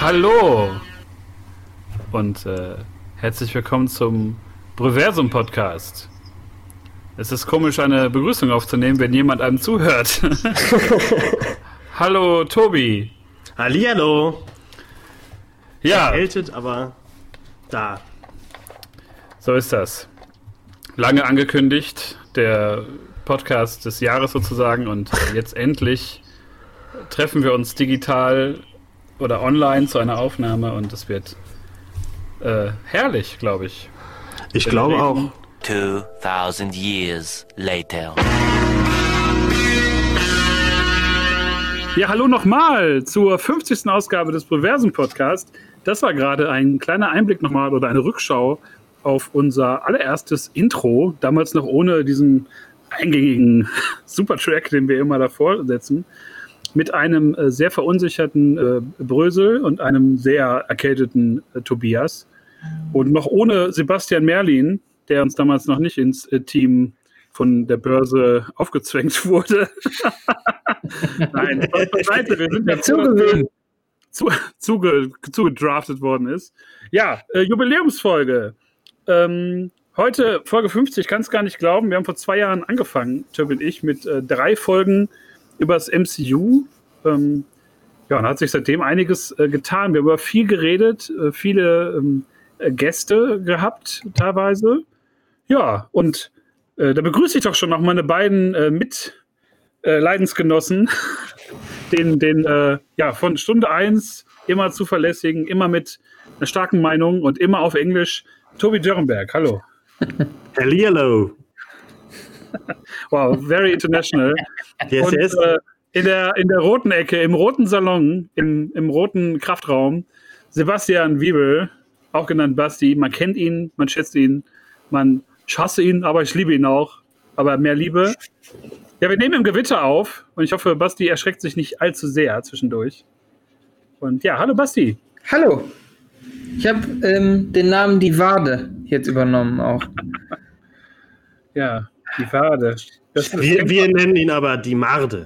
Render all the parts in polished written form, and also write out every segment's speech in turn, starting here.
Hallo und herzlich willkommen zum Bröversum-Podcast. Es ist komisch, eine Begrüßung aufzunehmen, wenn jemand einem zuhört. Hallo Tobi. Hallihallo. Ja. Erkältet, aber da. So ist das. Lange angekündigt, der Podcast des Jahres sozusagen, und jetzt endlich treffen wir uns digital oder online zu einer Aufnahme und es wird herrlich, glaube ich. Ich glaube auch. 2000 years later. Ja, hallo nochmal zur 50. Ausgabe des Bröversum-Podcasts. Das war gerade ein kleiner Einblick nochmal oder eine Rückschau auf unser allererstes Intro, damals noch ohne diesen eingängigen Supertrack, den wir immer davor setzen, mit einem sehr verunsicherten Brösel und einem sehr erkälteten Tobias und noch ohne Sebastian Merlin, der uns damals noch nicht ins Team von der Börse aufgezwängt wurde. Nein, beiseite, wir sind ja zugedraftet worden ist. Ja, Jubiläumsfolge. Heute Folge 50, ich kann es gar nicht glauben. Wir haben vor 2 Jahren angefangen, Tobi und ich, mit 3 Folgen über das MCU. Ja, und hat sich seitdem einiges getan. Wir haben über viel geredet, viele Gäste gehabt, teilweise. Ja, und da begrüße ich doch schon noch meine beiden Leidensgenossen, den von Stunde 1 immer zuverlässigen, immer mit einer starken Meinung und immer auf Englisch, Tobi Dürrenberg. Hallo. Hallihallo. Wow, very international. Yes, und yes. In der roten Ecke, im roten Salon, im roten Kraftraum, Sebastian Wiebel, auch genannt Basti. Man kennt ihn, man schätzt ihn, man hasst ihn, aber ich liebe ihn auch. Aber mehr Liebe. Ja, wir nehmen im Gewitter auf und ich hoffe, Basti erschreckt sich nicht allzu sehr zwischendurch. Und ja, hallo Basti. Hallo. Ich habe den Namen Die Wade jetzt übernommen auch. Ja, die Wade. Wir nennen ihn aber die Marde.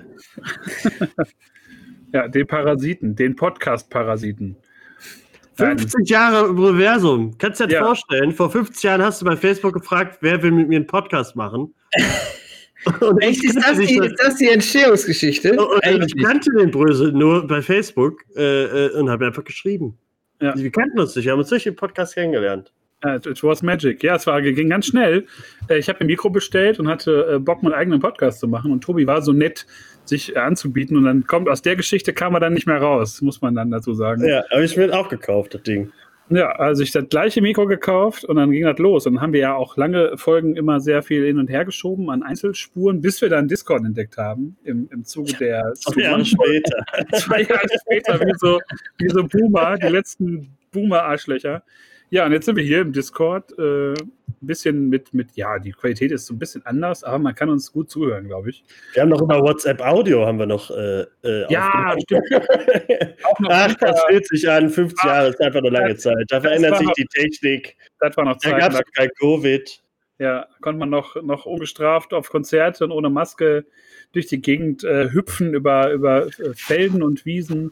Ja, den Parasiten, den Podcast-Parasiten. 50 Jahre Bröversum. Kannst du dir das vorstellen? Vor 50 Jahren hast du bei Facebook gefragt, wer will mit mir einen Podcast machen? Und echt, ist das die Entstehungsgeschichte? Ich kannte den Brösel nur bei Facebook und habe einfach geschrieben. Ja. Wir kannten uns nicht, wir haben uns durch den Podcast kennengelernt. It was magic. Ja, ging ganz schnell. Ich habe ein Mikro bestellt und hatte Bock, meinen eigenen Podcast zu machen. Und Tobi war so nett, sich anzubieten. Und dann kam er dann nicht mehr raus, muss man dann dazu sagen. Ja, aber ich mir auch gekauft, das Ding. Ja, also ich das gleiche Mikro gekauft und dann ging das los. Und dann haben wir ja auch lange Folgen immer sehr viel hin und her geschoben an Einzelspuren, bis wir dann Discord entdeckt haben, im Zuge der 2 Jahre später. 2 Jahre später, wie so Boomer, die letzten Boomer-Arschlöcher. Ja, und jetzt sind wir hier im Discord, ein bisschen mit, die Qualität ist so ein bisschen anders, aber man kann uns gut zuhören, glaube ich. Wir haben noch über WhatsApp-Audio Ja, stimmt. Auch noch das fühlt sich an, 50 Jahre ist einfach eine lange Zeit. Da verändert sich die Technik. Das war noch Zeit. Da gab es kein Covid. Ja, konnte man noch ungestraft auf Konzerte und ohne Maske durch die Gegend hüpfen über Felden und Wiesen.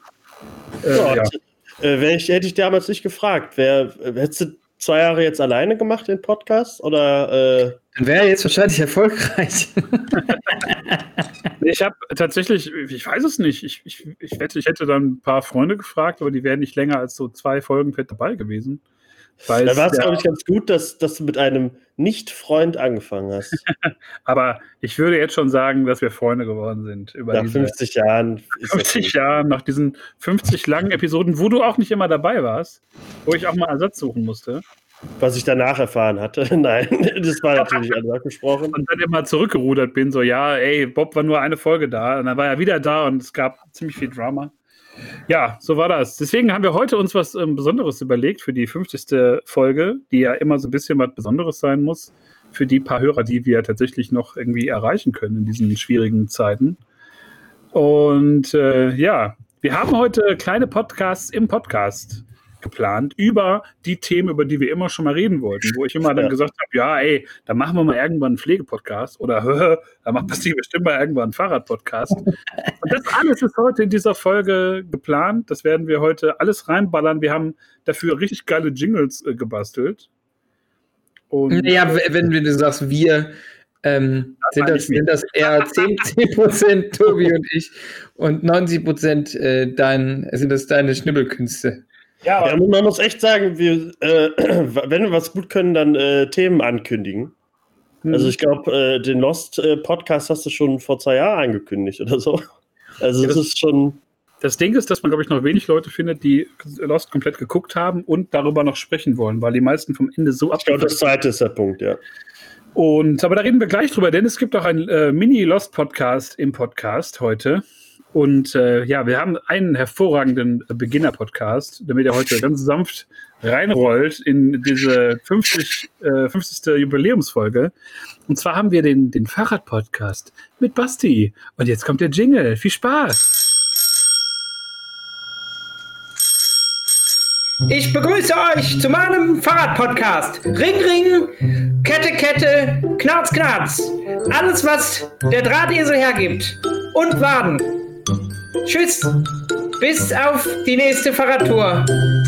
Hätte ich damals nicht gefragt. Hättest du 2 Jahre jetzt alleine gemacht, den Podcast? Oder, Dann wäre er jetzt wahrscheinlich erfolgreich. Ich habe tatsächlich, ich weiß es nicht, ich wette, ich hätte dann ein paar Freunde gefragt, aber die wären nicht länger als so 2 Folgen dabei gewesen. Da war es, glaube ich, ganz gut, dass du mit einem Nicht-Freund angefangen hast. Aber ich würde jetzt schon sagen, dass wir Freunde geworden sind. Nach 50 Jahren. 50 Jahren, nach diesen 50 langen Episoden, wo du auch nicht immer dabei warst, wo ich auch mal Ersatz suchen musste. Was ich danach erfahren hatte. Nein, das war natürlich alles abgesprochen. Und dann immer zurückgerudert bin, so, ja, ey, Bob war nur eine Folge da. Und dann war er wieder da und es gab ziemlich viel Drama. Ja, so war das. Deswegen haben wir heute uns was Besonderes überlegt für die 50. Folge, die ja immer so ein bisschen was Besonderes sein muss für die paar Hörer, die wir tatsächlich noch irgendwie erreichen können in diesen schwierigen Zeiten. Und wir haben heute kleine Podcasts im Podcast geplant über die Themen, über die wir immer schon mal reden wollten, wo ich immer dann gesagt habe, ja, ey, da machen wir mal irgendwann einen Pflegepodcast oder da macht Basti bestimmt mal irgendwann einen Fahrradpodcast. Und das alles ist heute in dieser Folge geplant. Das werden wir heute alles reinballern. Wir haben dafür richtig geile Jingles gebastelt. Und naja, wenn du sagst, wir, sind das eher 10% Tobi und ich und 90% sind das deine Schnibbelkünste. Ja, man muss echt sagen, wenn wir was gut können, dann Themen ankündigen. Also ich glaube, den Lost-Podcast hast du schon vor 2 Jahren angekündigt oder so. Also das ist schon... Das Ding ist, dass man, glaube ich, noch wenig Leute findet, die Lost komplett geguckt haben und darüber noch sprechen wollen, weil die meisten vom Ende so Ich glaube, das zweite ist der Punkt, ja. Aber da reden wir gleich drüber, denn es gibt auch einen Mini-Lost-Podcast im Podcast heute. Und wir haben einen hervorragenden Beginner-Podcast, damit er heute ganz sanft reinrollt in diese 50. Jubiläumsfolge. Und zwar haben wir den Fahrrad-Podcast mit Basti. Und jetzt kommt der Jingle. Viel Spaß! Ich begrüße euch zu meinem Fahrradpodcast. Ring, Ring, Kette, Kette, Knarz, Knarz. Alles, was der Drahtesel hergibt. Und Waden. Tschüss. Bis auf die nächste Fahrradtour.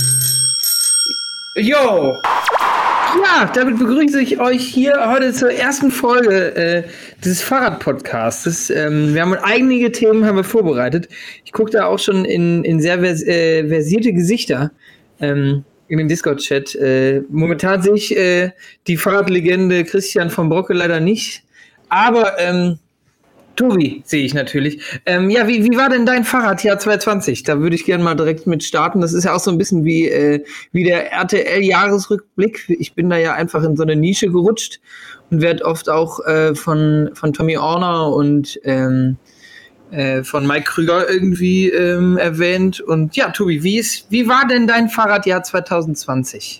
Jo. Ja, damit begrüße ich euch hier heute zur ersten Folge des Fahrradpodcasts. Wir haben einige Themen haben wir vorbereitet. Ich gucke da auch schon in sehr versierte Gesichter. In den Discord-Chat. Momentan sehe ich die Fahrradlegende Christian von Brocke leider nicht. Aber Tobi sehe ich natürlich. Wie war denn dein Fahrradjahr 2020? Da würde ich gerne mal direkt mit starten. Das ist ja auch so ein bisschen wie der RTL-Jahresrückblick. Ich bin da ja einfach in so eine Nische gerutscht und werde oft auch von Tommy Orner und von Mike Krüger irgendwie erwähnt. Und ja, Tobi, wie war denn dein Fahrradjahr 2020?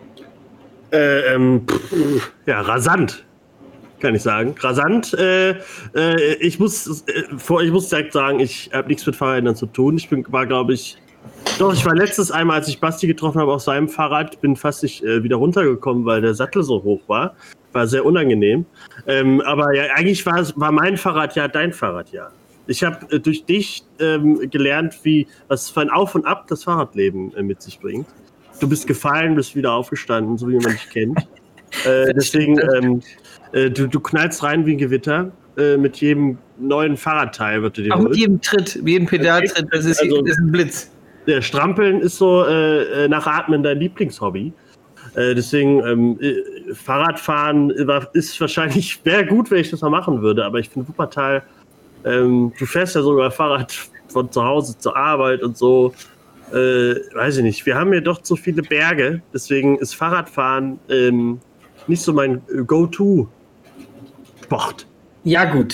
Rasant, kann ich sagen. Rasant. Ich muss direkt sagen, ich habe nichts mit Fahrrädern zu tun. Ich war letztes einmal, als ich Basti getroffen habe auf seinem Fahrrad, bin fast nicht wieder runtergekommen, weil der Sattel so hoch war. War sehr unangenehm. Aber ja, eigentlich war mein Fahrradjahr dein Fahrradjahr. Ich habe durch dich gelernt, was für ein Auf und Ab das Fahrradleben mit sich bringt. Du bist gefallen, bist wieder aufgestanden, so wie man dich kennt. Deswegen, du knallst rein wie ein Gewitter. Mit jedem neuen Fahrradteil wird du dir auch mit jedem Tritt, jedem Pedaltritt, das ist ein Blitz. Der Strampeln ist so nach Atmen dein Lieblingshobby. Deswegen, Fahrradfahren wäre gut, wenn ich das mal machen würde, aber ich finde Wuppertal, du fährst ja sogar Fahrrad von zu Hause zur Arbeit und so, weiß ich nicht. Wir haben hier doch zu viele Berge, deswegen ist Fahrradfahren nicht so mein Go-To-Sport. Ja gut.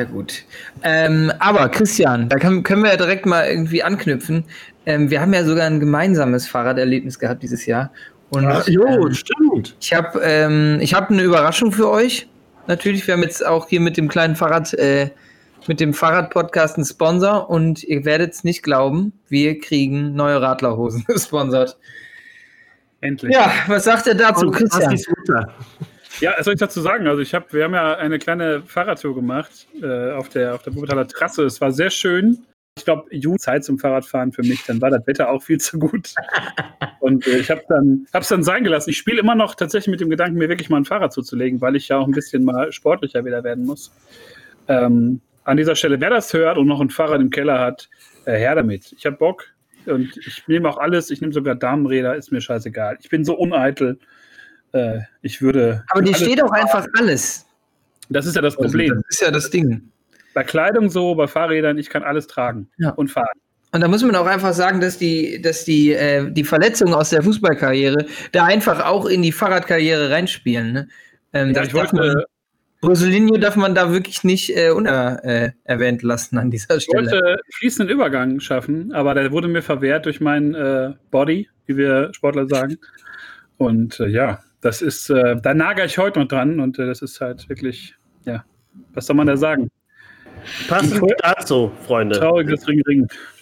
Aber Christian, da können wir ja direkt mal irgendwie anknüpfen. Wir haben ja sogar ein gemeinsames Fahrraderlebnis gehabt dieses Jahr. Und, stimmt. Ich hab eine Überraschung für euch. Natürlich, wir haben jetzt auch hier mit dem kleinen mit dem Fahrradpodcast einen Sponsor und ihr werdet es nicht glauben, wir kriegen neue Radlerhosen gesponsert. Endlich. Ja, was sagt ihr dazu, Christian? Ja, was soll ich dazu sagen? Also wir haben ja eine kleine Fahrradtour gemacht auf der Wuppertaler Trasse. Es war sehr schön. Ich glaube, Zeit zum Fahrradfahren für mich, dann war das Wetter auch viel zu gut. Und ich hab's dann sein gelassen. Ich spiele immer noch tatsächlich mit dem Gedanken, mir wirklich mal ein Fahrrad zuzulegen, weil ich ja auch ein bisschen mal sportlicher wieder werden muss. An dieser Stelle, wer das hört und noch ein Fahrrad im Keller hat, her damit. Ich habe Bock und ich nehme auch alles. Ich nehme sogar Damenräder, ist mir scheißegal. Ich bin so uneitel. Aber dir steht auch einfach alles. Das ist ja das Problem. Das ist ja das Ding. Bei Kleidung so, bei Fahrrädern, ich kann alles tragen und fahren. Und da muss man auch einfach sagen, dass die Verletzungen aus der Fußballkarriere da einfach auch in die Fahrradkarriere reinspielen. Ne? Roselinho darf man da wirklich nicht unerwähnt lassen an dieser Stelle. Ich wollte fließenden Übergang schaffen, aber der wurde mir verwehrt durch meinen Body, wie wir Sportler sagen. Und das ist, da nagere ich heute noch dran und das ist halt wirklich, was soll man da sagen? Passend dazu, Freunde. Trauriges Ring.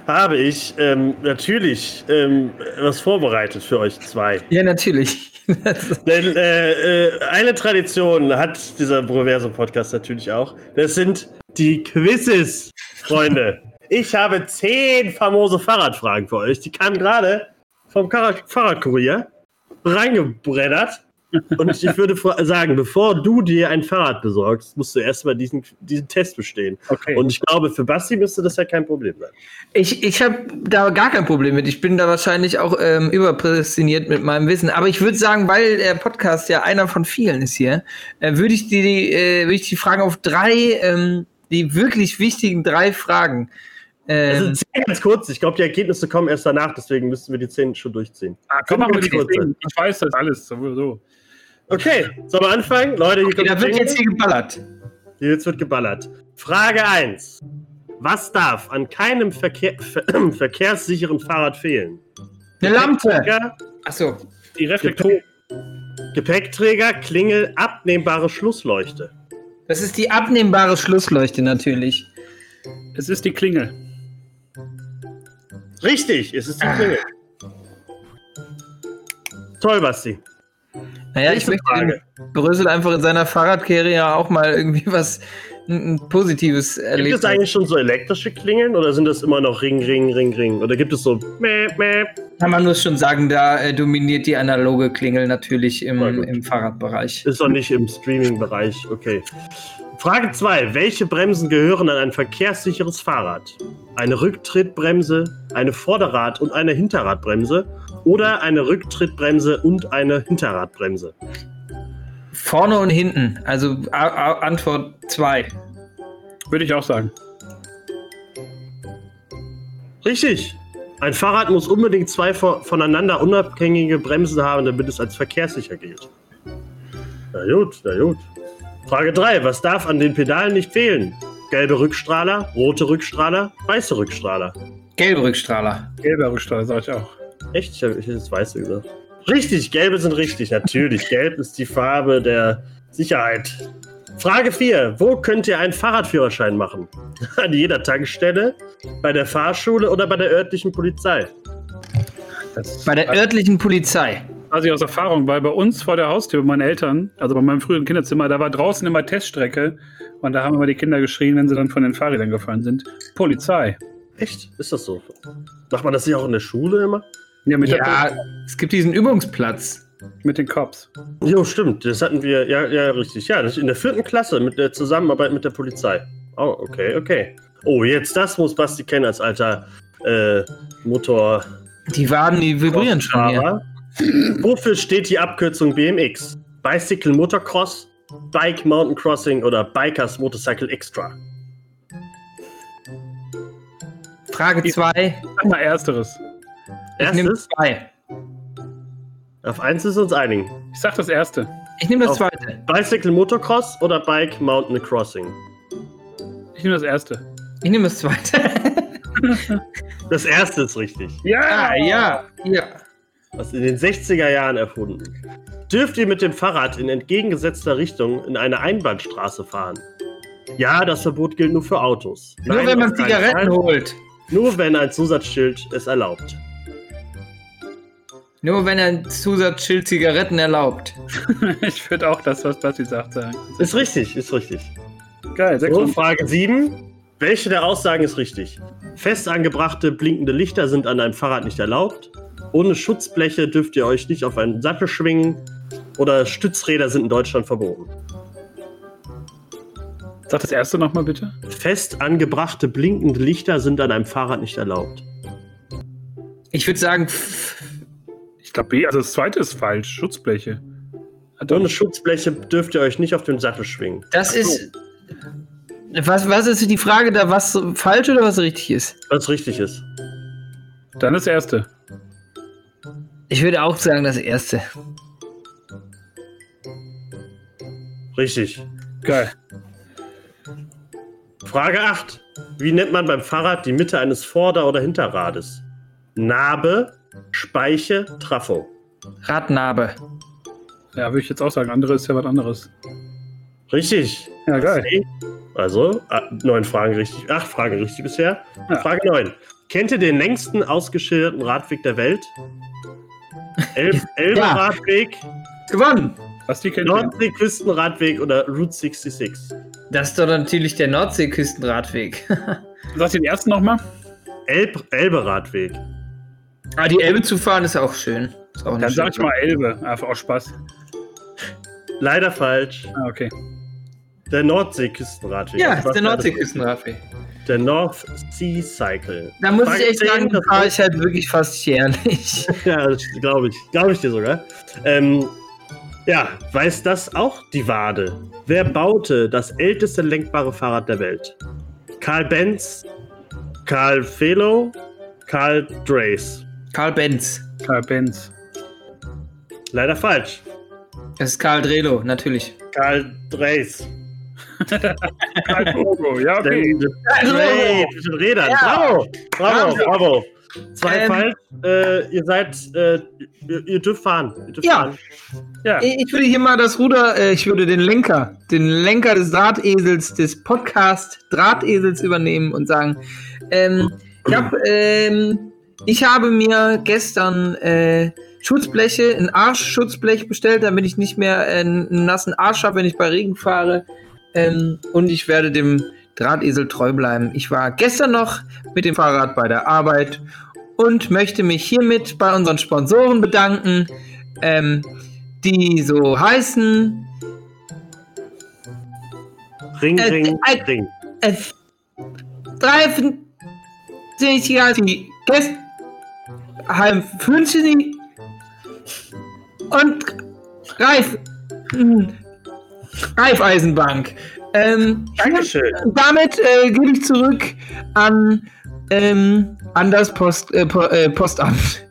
habe ich natürlich was vorbereitet für euch zwei. Ja, natürlich. Denn eine Tradition hat dieser Proversum-Podcast natürlich auch. Das sind die Quizzes, Freunde. Ich habe 10 famose Fahrradfragen für euch. Die kamen gerade vom Fahrradkurier reingebreddert. Und ich würde sagen, bevor du dir ein Fahrrad besorgst, musst du erstmal diesen Test bestehen. Okay. Und ich glaube, für Basti müsste das ja kein Problem sein. Ich habe da gar kein Problem mit. Ich bin da wahrscheinlich auch überprädestiniert mit meinem Wissen. Aber ich würde sagen, weil der Podcast ja einer von vielen ist hier, würde ich die Fragen auf 3, die wirklich wichtigen 3 Fragen. Also 10 ganz kurz. Ich glaube, die Ergebnisse kommen erst danach, deswegen müssten wir die 10 schon durchziehen. Komm, machen wir die 10. Ich weiß das alles sowieso. Okay, sollen wir anfangen? Leute, Okay, da wird jetzt hier geballert. Jetzt wird geballert. Frage 1. Was darf an keinem verkehrssicheren Fahrrad fehlen? Eine Lampe. Achso. Die Reflektoren. Gepäckträger, Klingel, abnehmbare Schlussleuchte. Das ist die abnehmbare Schlussleuchte natürlich. Es ist die Klingel. Richtig, es ist die Klingel. Toll, Basti. Naja, ich möchte den Brösel einfach in seiner Fahrradkarriere ja auch mal irgendwie ein Positives erleben. Gibt es eigentlich schon so elektrische Klingeln oder sind das immer noch Ring, Ring, Ring, Ring? Oder gibt es so Kann man nur schon sagen, da dominiert die analoge Klingel natürlich im Fahrradbereich. Ist doch nicht im Streaming-Bereich, okay. Frage 2. Welche Bremsen gehören an ein verkehrssicheres Fahrrad? Eine Rücktrittbremse, eine Vorderrad- und eine Hinterradbremse oder eine Rücktrittbremse und eine Hinterradbremse? Vorne und hinten, also Antwort 2. Würde ich auch sagen. Richtig. Ein Fahrrad muss unbedingt 2 voneinander unabhängige Bremsen haben, damit es als verkehrssicher gilt. Na gut, na gut. Frage 3. Was darf an den Pedalen nicht fehlen? Gelbe Rückstrahler, rote Rückstrahler, weiße Rückstrahler. Gelbe Rückstrahler. Gelber Rückstrahler, sag ich auch. Echt? Ich hätte jetzt weiße gesagt. Richtig, gelbe sind richtig, natürlich. Gelb ist die Farbe der Sicherheit. Frage 4. Wo könnt ihr einen Fahrradführerschein machen? An jeder Tankstelle, bei der Fahrschule oder bei der örtlichen Polizei? Bei der örtlichen Polizei. Also aus Erfahrung, weil bei uns vor der Haustür, bei meinen Eltern, also bei meinem früheren Kinderzimmer, da war draußen immer Teststrecke und da haben immer die Kinder geschrien, wenn sie dann von den Fahrrädern gefallen sind. Polizei. Echt? Ist das so? Macht man das nicht auch in der Schule immer? Ja, es gibt diesen Übungsplatz. Mit den Cops. Jo, stimmt. Das hatten wir, ja, richtig. Ja, das in der 4. Klasse mit der Zusammenarbeit mit der Polizei. Oh, okay. Oh, jetzt das muss Basti kennen als alter Motor. Die Waden, die vibrieren schon hier. Wofür steht die Abkürzung BMX? Bicycle Motocross, Bike Mountain Crossing oder Bikers Motorcycle Extra? Frage 2. Sag mal Ersteres. Ich nehme 2. Auf 1 ist uns einigen. Ich sag das Erste. Ich nehme das 2. Bicycle Motocross oder Bike Mountain Crossing? Ich nehme das Erste. Ich nehme das 2. Das Erste ist richtig. Ja. Was in den 60er Jahren erfunden. Dürft ihr mit dem Fahrrad in entgegengesetzter Richtung in eine Einbahnstraße fahren? Ja, das Verbot gilt nur für Autos. Nur Nein, wenn man auf keinen Zigaretten Fall. holt. Nur wenn ein Zusatzschild es erlaubt. Nur wenn ein Zusatzschild Zigaretten erlaubt. Ich würde auch das, was Basti sagt, sagen. Ist richtig. Geil, sehr So, cool. Frage 7. Welche der Aussagen ist richtig? Fest angebrachte blinkende Lichter sind an einem Fahrrad nicht erlaubt. Ohne Schutzbleche dürft ihr euch nicht auf einen Sattel schwingen. Oder Stützräder sind in Deutschland verboten. Sag das Erste nochmal bitte. Fest angebrachte blinkende Lichter sind an einem Fahrrad nicht erlaubt. Ich würde sagen, Ich glaube B, also das Zweite ist falsch. Schutzbleche. Ohne Schutzbleche dürft ihr euch nicht auf den Sattel schwingen. das ist. Was ist die Frage da, was falsch oder was richtig ist? Was richtig ist. Dann das Erste. Ich würde auch sagen, das Erste. Richtig. Geil. Frage 8. Wie nennt man beim Fahrrad die Mitte eines Vorder- oder Hinterrades? Narbe, Speiche, Trafo. Radnabe. Ja, würde ich jetzt auch sagen. Andere ist ja was anderes. Richtig. Ja, geil. Also 9 Fragen richtig, 8 Fragen richtig bisher. Ja. Frage 9. Kennt ihr den längsten ausgeschilderten Radweg der Welt? Elbe-Radweg, Gewonnen! Was die kennt ihr? Nordsee-Küstenradweg oder Route 66? Das ist doch natürlich der Nordseeküstenradweg. Sag den ersten nochmal. Elbe-Radweg. Aber die Elbe zu fahren ist auch schön. Ist auch Dann nicht sag ich mal Elbe. Einfach aus Spaß. Leider falsch. Ah, okay. Der Nordsee-Küstenradweg. Ja, Das ist der war- Nordseeküstenradweg. Der North Sea Cycle. Da muss Frage ich echt 10, sagen, da das fahre ich halt wirklich fast jährlich. Ja, das glaube ich. Glaube ich dir sogar. Ja, weiß das auch die Wade? Wer baute das älteste lenkbare Fahrrad der Welt? Karl Benz, Karl Velo, Karl Dreis. Karl Benz. Karl Benz. Leider falsch. Das ist Karl Drelo, natürlich. Karl Dreis. Karl Drogo. Ja, okay. Dreis mit den Rädern. Ja. Bravo. 2 falsch. Ihr dürft fahren. Ja. Ja. Ich würde hier mal das Ruder, ich würde den Lenker des Drahtesels, des Podcast-Drahtesels übernehmen und sagen, ich habe mir gestern Schutzbleche, ein Arschschutzblech bestellt, damit ich nicht mehr einen nassen Arsch habe, wenn ich bei Regen fahre. Und ich werde dem Drahtesel treu bleiben. Ich war gestern noch mit dem Fahrrad bei der Arbeit und möchte mich hiermit bei unseren Sponsoren bedanken, die so heißen Ring. Reifen, Heim Füncheni und Reifeisenbank. Dankeschön. Damit gebe ich zurück an das Postamt.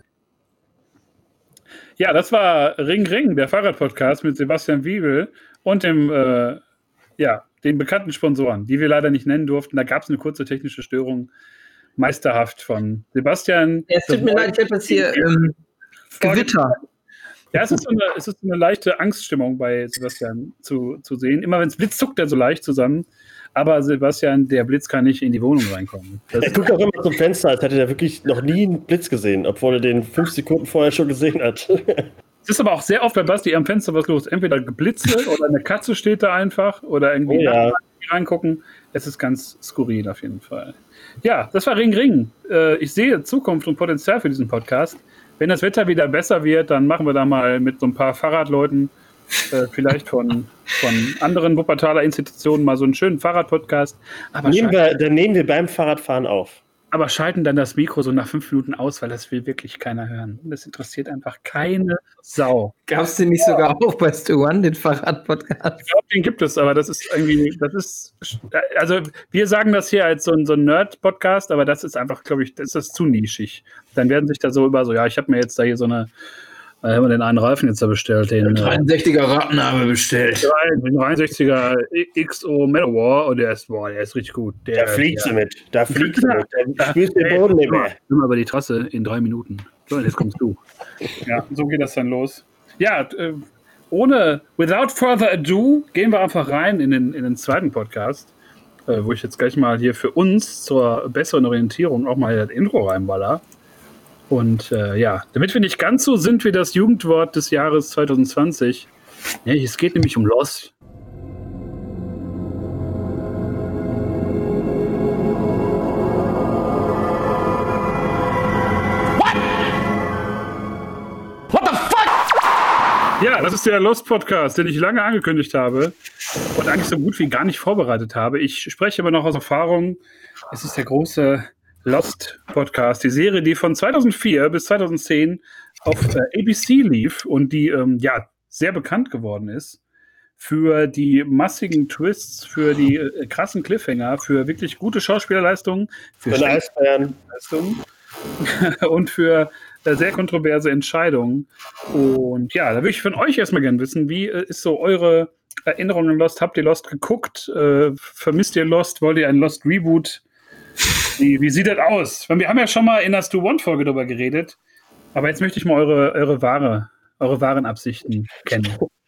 Ja, das war Ring Ring, der Fahrradpodcast mit Sebastian Wiebel und dem den bekannten Sponsoren, die wir leider nicht nennen durften. Da gab es eine kurze technische Störung. Meisterhaft von Sebastian. Es tut mir leid, ich habe jetzt hier Gewitter. Ja, es ist so eine leichte Angststimmung bei Sebastian zu sehen. Immer wenn es blitzt, zuckt er so leicht zusammen. Aber Sebastian, der Blitz kann nicht in die Wohnung reinkommen. Er guckt auch immer zum Fenster, als hätte er wirklich noch nie einen Blitz gesehen, obwohl er den 5 Sekunden vorher schon gesehen hat. Es ist aber auch sehr oft bei Basti am Fenster was los. Entweder Geblitze oder eine Katze steht da einfach oder irgendwie reingucken. Es ist ganz skurril auf jeden Fall. Ja, das war Ring Ring. Ich sehe Zukunft und Potenzial für diesen Podcast. Wenn das Wetter wieder besser wird, dann machen wir da mal mit so ein paar Fahrradleuten, vielleicht von anderen Wuppertaler Institutionen, mal so einen schönen Fahrradpodcast. Dann nehmen wir beim Fahrradfahren auf. Aber schalten dann das Mikro so nach 5 Minuten aus, weil das will wirklich keiner hören. Das interessiert einfach keine Sau. Gab es den nicht sogar auch bei Stu One, den Fahrradpodcast? Ich glaube, den gibt es, aber also wir sagen das hier als so ein Nerd-Podcast, aber das ist einfach, glaube ich, das ist zu nischig. Dann werden sich da so ich habe mir jetzt da hier so eine, haben wir den einen Reifen jetzt da bestellt. Den 63er Ratten haben wir bestellt. Den 63er XO Metalwar und der ist richtig gut. Da fliegst du mit. Da spürst du den Boden nicht mehr. Immer über die Trasse in 3 Minuten. So, und jetzt kommst du. Ja, so geht das dann los. Ja, without further ado, gehen wir einfach rein in den zweiten Podcast, wo ich jetzt gleich mal hier für uns zur besseren Orientierung auch mal das Intro reinballer. Und damit wir nicht ganz so sind wie das Jugendwort des Jahres 2020. Ja, es geht nämlich um Lost. What the fuck? Ja, das ist der Lost-Podcast, den ich lange angekündigt habe und eigentlich so gut wie gar nicht vorbereitet habe. Ich spreche aber noch aus Erfahrung. Es ist der große Lost-Podcast, die Serie, die von 2004 bis 2010 auf ABC lief und die sehr bekannt geworden ist für die massigen Twists, für die krassen Cliffhanger, für wirklich gute Schauspielerleistungen, für Leistungen und für sehr kontroverse Entscheidungen. Und ja, da würde ich von euch erstmal gerne wissen, wie ist so eure Erinnerung an Lost? Habt ihr Lost geguckt? Vermisst ihr Lost? Wollt ihr ein Lost-Reboot? Wie sieht das aus? Wir haben ja schon mal in der Stu One-Folge darüber geredet, aber jetzt möchte ich mal eure wahren Absichten kennen.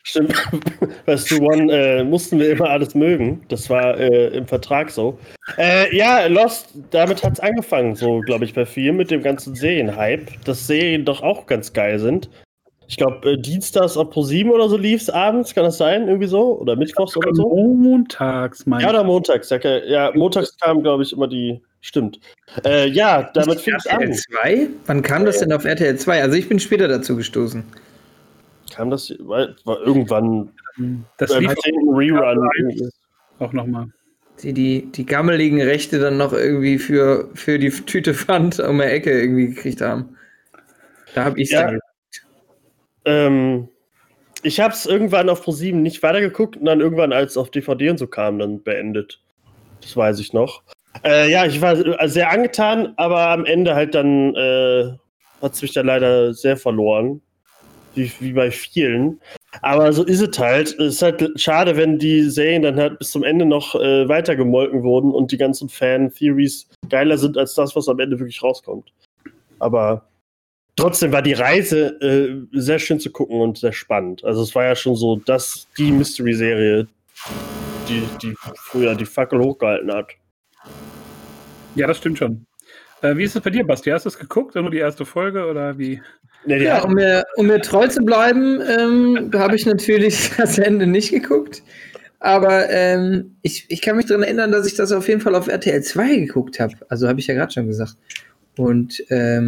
Stimmt. Weißt du, mussten wir immer alles mögen. Das war im Vertrag so. Ja, Lost, damit hat es angefangen, so, glaube ich, bei vielen mit dem ganzen Serienhype, dass Serien doch auch ganz geil sind. Ich glaube, dienstags auf Pro7 oder so lief es abends, kann das sein? Irgendwie so? Oder mittwochs oder so? Montags, Ja, oder montags. Ja, montags kam, glaube ich, immer die. Stimmt. Ja, damit fing es an. RTL 2? Wann kam das denn auf RTL 2? Also ich bin später dazu gestoßen. Kam das war irgendwann Das lief Rerun. auch nochmal. Die gammeligen Rechte dann noch irgendwie für die Tüte Pfand um die Ecke irgendwie gekriegt haben. Da habe ich es dann. Ich habe es irgendwann auf Pro7 nicht weitergeguckt und dann irgendwann, als es auf DVD und so kam, dann beendet. Das weiß ich noch. Ja, ich war sehr angetan, aber am Ende halt dann hat es mich dann leider sehr verloren. Wie bei vielen. Aber so ist es halt. Es ist halt schade, wenn die Serien dann halt bis zum Ende noch weitergemolken wurden und die ganzen Fan-Theories geiler sind als das, was am Ende wirklich rauskommt. Aber trotzdem war die Reise sehr schön zu gucken und sehr spannend. Also es war ja schon so, dass die Mystery-Serie, die früher die Fackel hochgehalten hat. Ja, das stimmt schon. Wie ist es bei dir, Basti? Hast du es geguckt? Nur die erste Folge oder wie? Ja, um mir treu zu bleiben, habe ich natürlich das Ende nicht geguckt. Aber ich kann mich daran erinnern, dass ich das auf jeden Fall auf RTL 2 geguckt habe. Also habe ich ja gerade schon gesagt. Und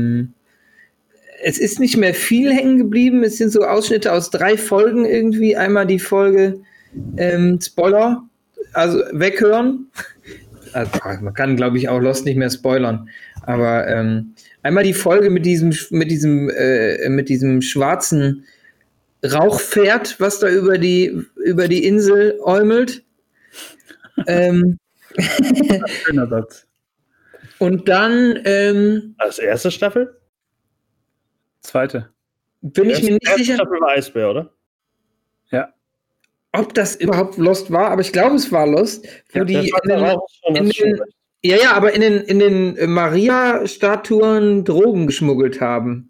es ist nicht mehr viel hängen geblieben. Es sind so Ausschnitte aus 3 Folgen irgendwie. Einmal die Folge Spoiler, also weghören. Also, man kann, glaube ich, auch Lost nicht mehr spoilern. Aber einmal die Folge mit diesem schwarzen Rauchpferd, was da über die Insel äumelt. Schöner Satz. Und dann Als erste Staffel? Zweite. Bin ich mir nicht erste sicher, Staffel war Eisbär, oder? Ja. ob das überhaupt Lost war, aber ich glaube, es war Lost, wo Ja, die das aber in den Maria-Statuen Drogen geschmuggelt haben.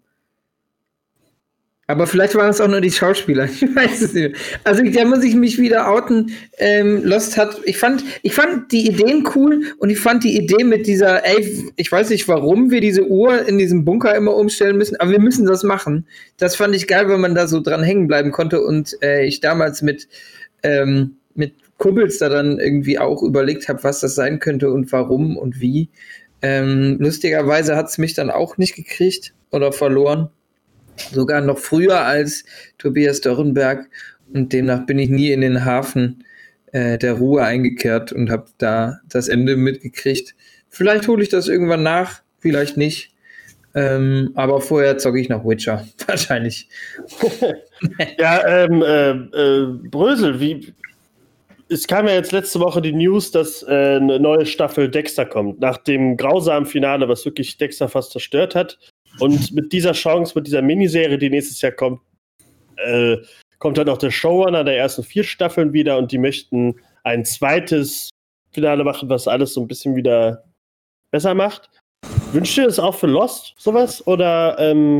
Aber vielleicht waren es auch nur die Schauspieler. Ich weiß es nicht. Also da muss ich mich wieder outen. Lost hat, ich fand die Ideen cool und ich fand die Idee mit dieser, ich weiß nicht, warum wir diese Uhr in diesem Bunker immer umstellen müssen, aber wir müssen das machen. Das fand ich geil, weil man da so dran hängen bleiben konnte und ich damals mit Kumpels da dann irgendwie auch überlegt habe, was das sein könnte und warum und wie. Lustigerweise hat es mich dann auch nicht gekriegt oder verloren. Sogar noch früher als Tobias Dörrenberg und demnach bin ich nie in den Hafen der Ruhe eingekehrt und habe da das Ende mitgekriegt. Vielleicht hole ich das irgendwann nach, vielleicht nicht. Aber vorher zocke ich noch Witcher, wahrscheinlich. Ja, Brösel, es kam ja jetzt letzte Woche die News, dass eine neue Staffel Dexter kommt, nach dem grausamen Finale, was wirklich Dexter fast zerstört hat. Und mit dieser Chance, mit dieser Miniserie, die nächstes Jahr kommt, kommt dann auch der Showrunner der ersten 4 Staffeln wieder und die möchten ein zweites Finale machen, was alles so ein bisschen wieder besser macht. Wünscht ihr das auch für Lost, sowas? Oder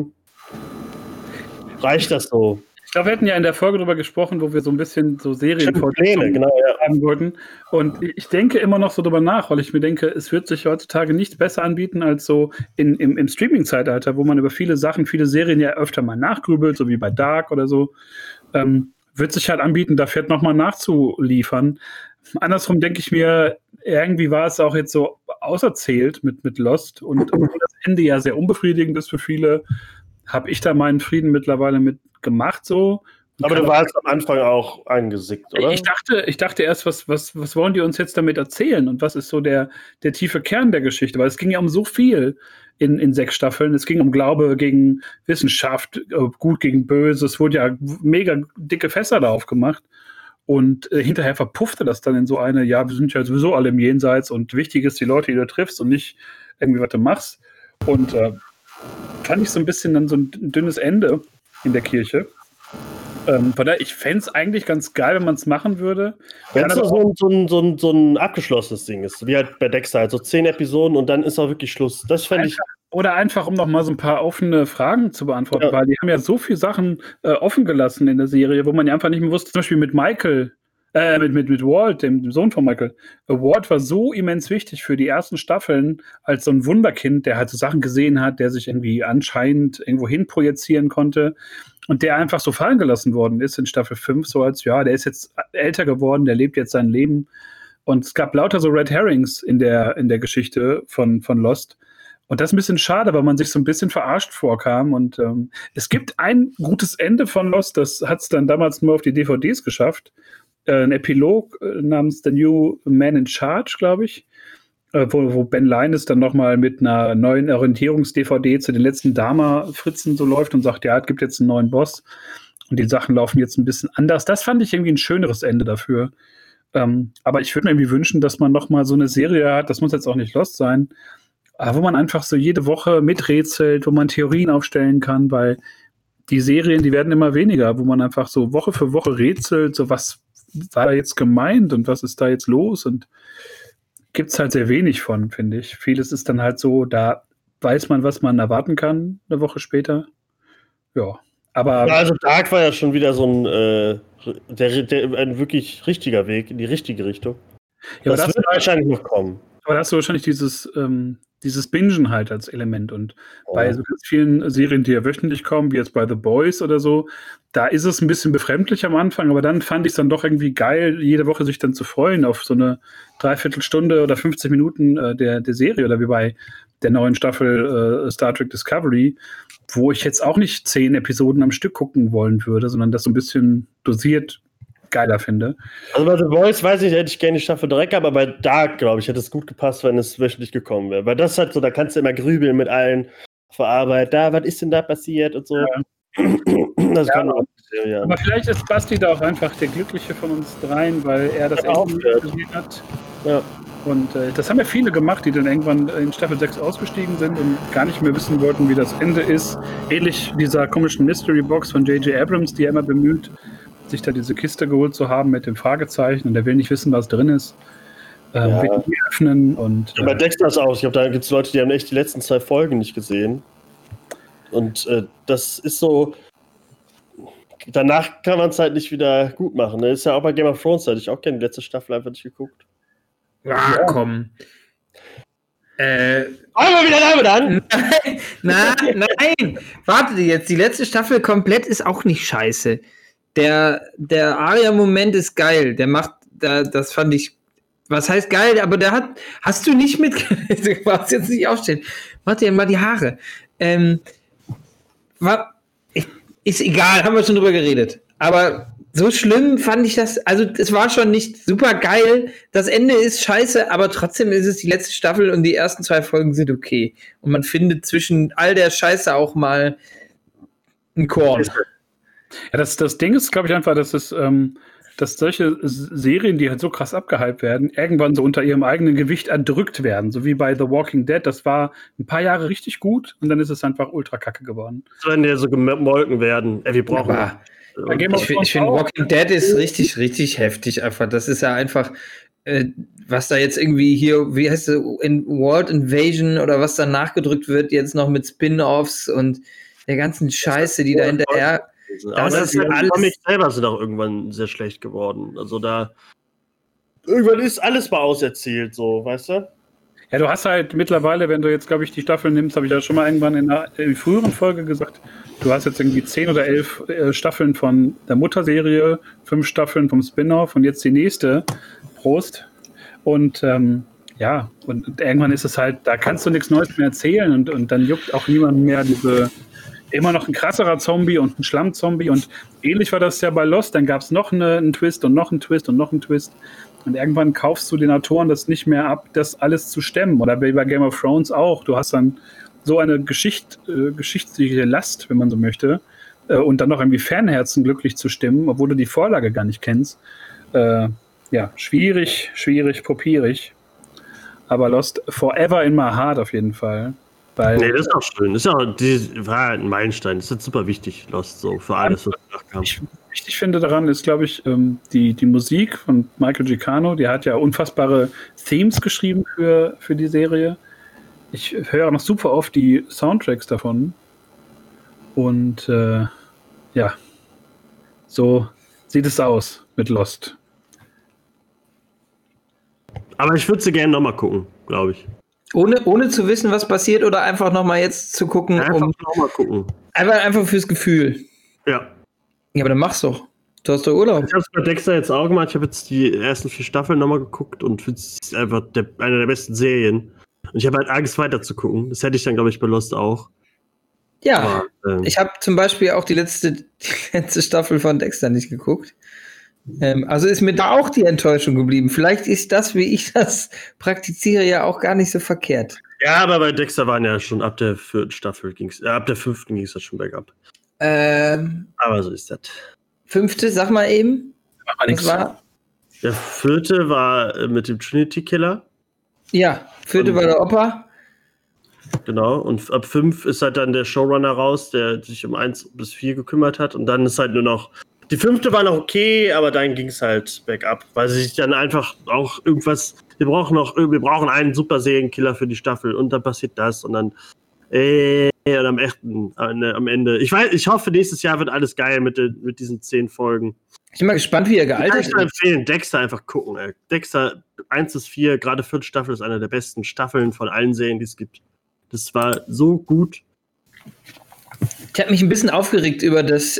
reicht das so? Ich glaube, wir hatten ja in der Folge darüber gesprochen, wo wir so ein bisschen so Pläne, genau, ja. haben wollten. Und ich denke immer noch so drüber nach, weil ich mir denke, es wird sich heutzutage nichts besser anbieten als so im Streaming-Zeitalter, wo man über viele Sachen, viele Serien ja öfter mal nachgrübelt, so wie bei Dark oder so. Wird sich halt anbieten, da fährt nochmal nachzuliefern. Andersrum denke ich mir, irgendwie war es auch jetzt so auserzählt mit Lost und das Ende ja sehr unbefriedigend ist für viele, habe ich da meinen Frieden mittlerweile mit gemacht so. Aber du warst am Anfang auch eingesickt, oder? Ich dachte erst, was wollen die uns jetzt damit erzählen und was ist so der tiefe Kern der Geschichte, weil es ging ja um so viel in 6 Staffeln. Es ging um Glaube gegen Wissenschaft, gut gegen Böse. Es wurde ja mega dicke Fässer da aufgemacht. Und hinterher verpuffte das dann in so eine, ja, wir sind ja sowieso alle im Jenseits und wichtig ist die Leute, die du triffst und nicht irgendwie, was du machst. Und fand ich so ein bisschen dann so ein dünnes Ende in der Kirche. Von daher, ich fände es eigentlich ganz geil, wenn man es machen würde. Wenn es so ein abgeschlossenes Ding ist, wie halt bei Dexter, halt so 10 Episoden und dann ist auch wirklich Schluss. Das fände ich Oder einfach, um noch mal so ein paar offene Fragen zu beantworten, Ja. weil die haben ja so viele Sachen offen gelassen in der Serie, wo man ja einfach nicht mehr wusste, zum Beispiel mit Michael, mit Walt, dem Sohn von Michael. Walt war so immens wichtig für die ersten Staffeln als so ein Wunderkind, der halt so Sachen gesehen hat, der sich irgendwie anscheinend irgendwo hin projizieren konnte und der einfach so fallen gelassen worden ist in Staffel 5, so als, ja, der ist jetzt älter geworden, der lebt jetzt sein Leben. Und es gab lauter so Red Herrings in der Geschichte von Lost. Und das ist ein bisschen schade, weil man sich so ein bisschen verarscht vorkam. Und es gibt ein gutes Ende von Lost, das hat es dann damals nur auf die DVDs geschafft. Ein Epilog namens The New Man in Charge, glaube ich, wo Ben Linus dann nochmal mit einer neuen Orientierungs-DVD zu den letzten Dama-Fritzen so läuft und sagt, ja, es gibt jetzt einen neuen Boss. Und die Sachen laufen jetzt ein bisschen anders. Das fand ich irgendwie ein schöneres Ende dafür. Aber ich würde mir irgendwie wünschen, dass man nochmal so eine Serie hat, das muss jetzt auch nicht Lost sein, wo man einfach so jede Woche miträtselt, wo man Theorien aufstellen kann, weil die Serien, die werden immer weniger, wo man einfach so Woche für Woche rätselt, so was war da jetzt gemeint und was ist da jetzt los, und gibt es halt sehr wenig von, finde ich. Vieles ist dann halt so, da weiß man, was man erwarten kann, eine Woche später. Ja, aber... Ja, also Dark war ja schon wieder so ein ein wirklich richtiger Weg in die richtige Richtung. Ja, das wird wahrscheinlich noch kommen. Aber da hast du wahrscheinlich dieses Bingen halt als Element. Und bei so ganz vielen Serien, die ja wöchentlich kommen, wie jetzt bei The Boys oder so, da ist es ein bisschen befremdlich am Anfang, aber dann fand ich es dann doch irgendwie geil, jede Woche sich dann zu freuen auf so eine Dreiviertelstunde oder 50 Minuten der Serie, oder wie bei der neuen Staffel Star Trek Discovery, wo ich jetzt auch nicht 10 Episoden am Stück gucken wollen würde, sondern das so ein bisschen dosiert geiler finde. Also bei The Voice, weiß ich, hätte ich gerne die Staffel 3 gehabt, aber bei Dark, glaube ich, hätte es gut gepasst, wenn es wöchentlich gekommen wäre. Weil das ist halt so, da kannst du immer grübeln mit allen auf Arbeit. Was ist denn da passiert und so. Ja. Das kann aber, auch ja. Aber vielleicht ist Basti da auch einfach der Glückliche von uns dreien, weil er das Ende gesehen hat. Ja. Und das haben ja viele gemacht, die dann irgendwann in Staffel 6 ausgestiegen sind und gar nicht mehr wissen wollten, wie das Ende ist. Ähnlich dieser komischen Mystery Box von J.J. Abrams, die er immer bemüht, sich da diese Kiste geholt zu haben mit dem Fragezeichen, und er will nicht wissen, was drin ist. Will die öffnen und... Bei Dexter ist auch. Ich glaube, da gibt es Leute, die haben echt die letzten 2 Folgen nicht gesehen. Und das ist so... Danach kann man es halt nicht wieder gut machen. Ne? Ist ja auch bei Game of Thrones, hätte ich auch gerne die letzte Staffel einfach nicht geguckt. Ja, komm. Aber wieder damit an! Nein! Wartet jetzt, die letzte Staffel komplett ist auch nicht scheiße. Der Arya-Moment ist geil. Der macht, das fand ich, was heißt geil, aber hast du nicht mitgelesen, du brauchst jetzt nicht aufstehen. Warte, mal die Haare. Ist egal, haben wir schon drüber geredet. Aber so schlimm fand ich das, also es war schon nicht super geil. Das Ende ist scheiße, aber trotzdem ist es die letzte Staffel und die ersten 2 Folgen sind okay. Und man findet zwischen all der Scheiße auch mal ein Korn. Ja, das Ding ist, glaube ich, einfach, dass solche Serien, die halt so krass abgehypt werden, irgendwann so unter ihrem eigenen Gewicht erdrückt werden. So wie bei The Walking Dead. Das war ein paar Jahre richtig gut und dann ist es einfach ultra kacke geworden. So, wenn die so gemolken werden. Wir brauchen... Ich finde, Walking Dead ist richtig, richtig heftig einfach. Das ist ja einfach, was da jetzt irgendwie hier, wie heißt es, in World Invasion oder was da nachgedrückt wird, jetzt noch mit Spin-Offs und der ganzen Scheiße, die da hinterher... Das ist alles. Die Comics selber sind auch irgendwann sehr schlecht geworden. Also da... Irgendwann ist alles mal auserzählt, so, weißt du? Ja, du hast halt mittlerweile, wenn du jetzt, glaube ich, die Staffel nimmst, habe ich ja schon mal irgendwann in einer früheren Folge gesagt, du hast jetzt irgendwie 10 oder 11 Staffeln von der Mutterserie, 5 Staffeln vom Spin-Off und jetzt die nächste. Prost. Und und irgendwann ist es halt, da kannst du nichts Neues mehr erzählen und dann juckt auch niemand mehr diese, immer noch ein krasserer Zombie und ein Schlammzombie, und ähnlich war das ja bei Lost, dann gab es noch einen Twist und noch einen Twist und noch einen Twist. Und irgendwann kaufst du den Autoren das nicht mehr ab, das alles zu stemmen. Oder wie bei Game of Thrones auch. Du hast dann so eine geschichtliche Last, wenn man so möchte, und dann noch irgendwie Fanherzen glücklich zu stimmen, obwohl du die Vorlage gar nicht kennst. Schwierig, popierig. Aber Lost forever in my heart auf jeden Fall. Weil, das ist auch schön. Das war ein Meilenstein. Das ist super wichtig, Lost, so für alles, was danach kam. Wichtig finde daran ist, glaube ich, die Musik von Michael Giacchino. Der hat ja unfassbare Themes geschrieben für die Serie. Ich höre auch noch super oft die Soundtracks davon. Und ja, so sieht es aus mit Lost. Aber ich würde sie gerne nochmal gucken, glaube ich. Ohne zu wissen, was passiert, oder einfach nochmal jetzt zu gucken? Einfach nochmal gucken. Einfach fürs Gefühl. Ja. Ja, aber dann mach's doch. Du hast doch Urlaub. Ich habe es bei Dexter jetzt auch gemacht. Ich habe jetzt die ersten 4 Staffeln nochmal geguckt und finde es einfach eine der besten Serien. Und ich habe halt Angst, weiter zu gucken. Das hätte ich dann, glaube ich, bei Lost auch. Ja, Aber, ich habe zum Beispiel auch die letzte Staffel von Dexter nicht geguckt. Also ist mir da auch die Enttäuschung geblieben. Vielleicht ist das, wie ich das praktiziere, ja auch gar nicht so verkehrt. Ja, aber bei Dexter waren ja schon ab der 4. Staffel ab der 5. ging es ja schon bergab. Aber so ist das. 5. Sag mal eben. Was war? Der 4. war mit dem Trinity Killer. Ja, 4. war der Opa. Genau, und ab 5 ist halt dann der Showrunner raus, der sich um 1 bis 4 gekümmert hat. Und dann ist halt nur noch. Die 5. war noch okay, aber dann ging es halt bergab, weil sie sich dann einfach auch irgendwas. Wir brauchen einen super Serienkiller für die Staffel und dann passiert das und dann. Und am Ende. Ich hoffe, nächstes Jahr wird alles geil mit diesen 10 Folgen. Ich bin mal gespannt, wie er gealtert ist. Ich kann empfehlen, Dexter einfach gucken. Ey. Dexter 1 bis 4, gerade 4. Staffel, ist eine der besten Staffeln von allen Serien, die es gibt. Das war so gut. Ich habe mich ein bisschen aufgeregt über das,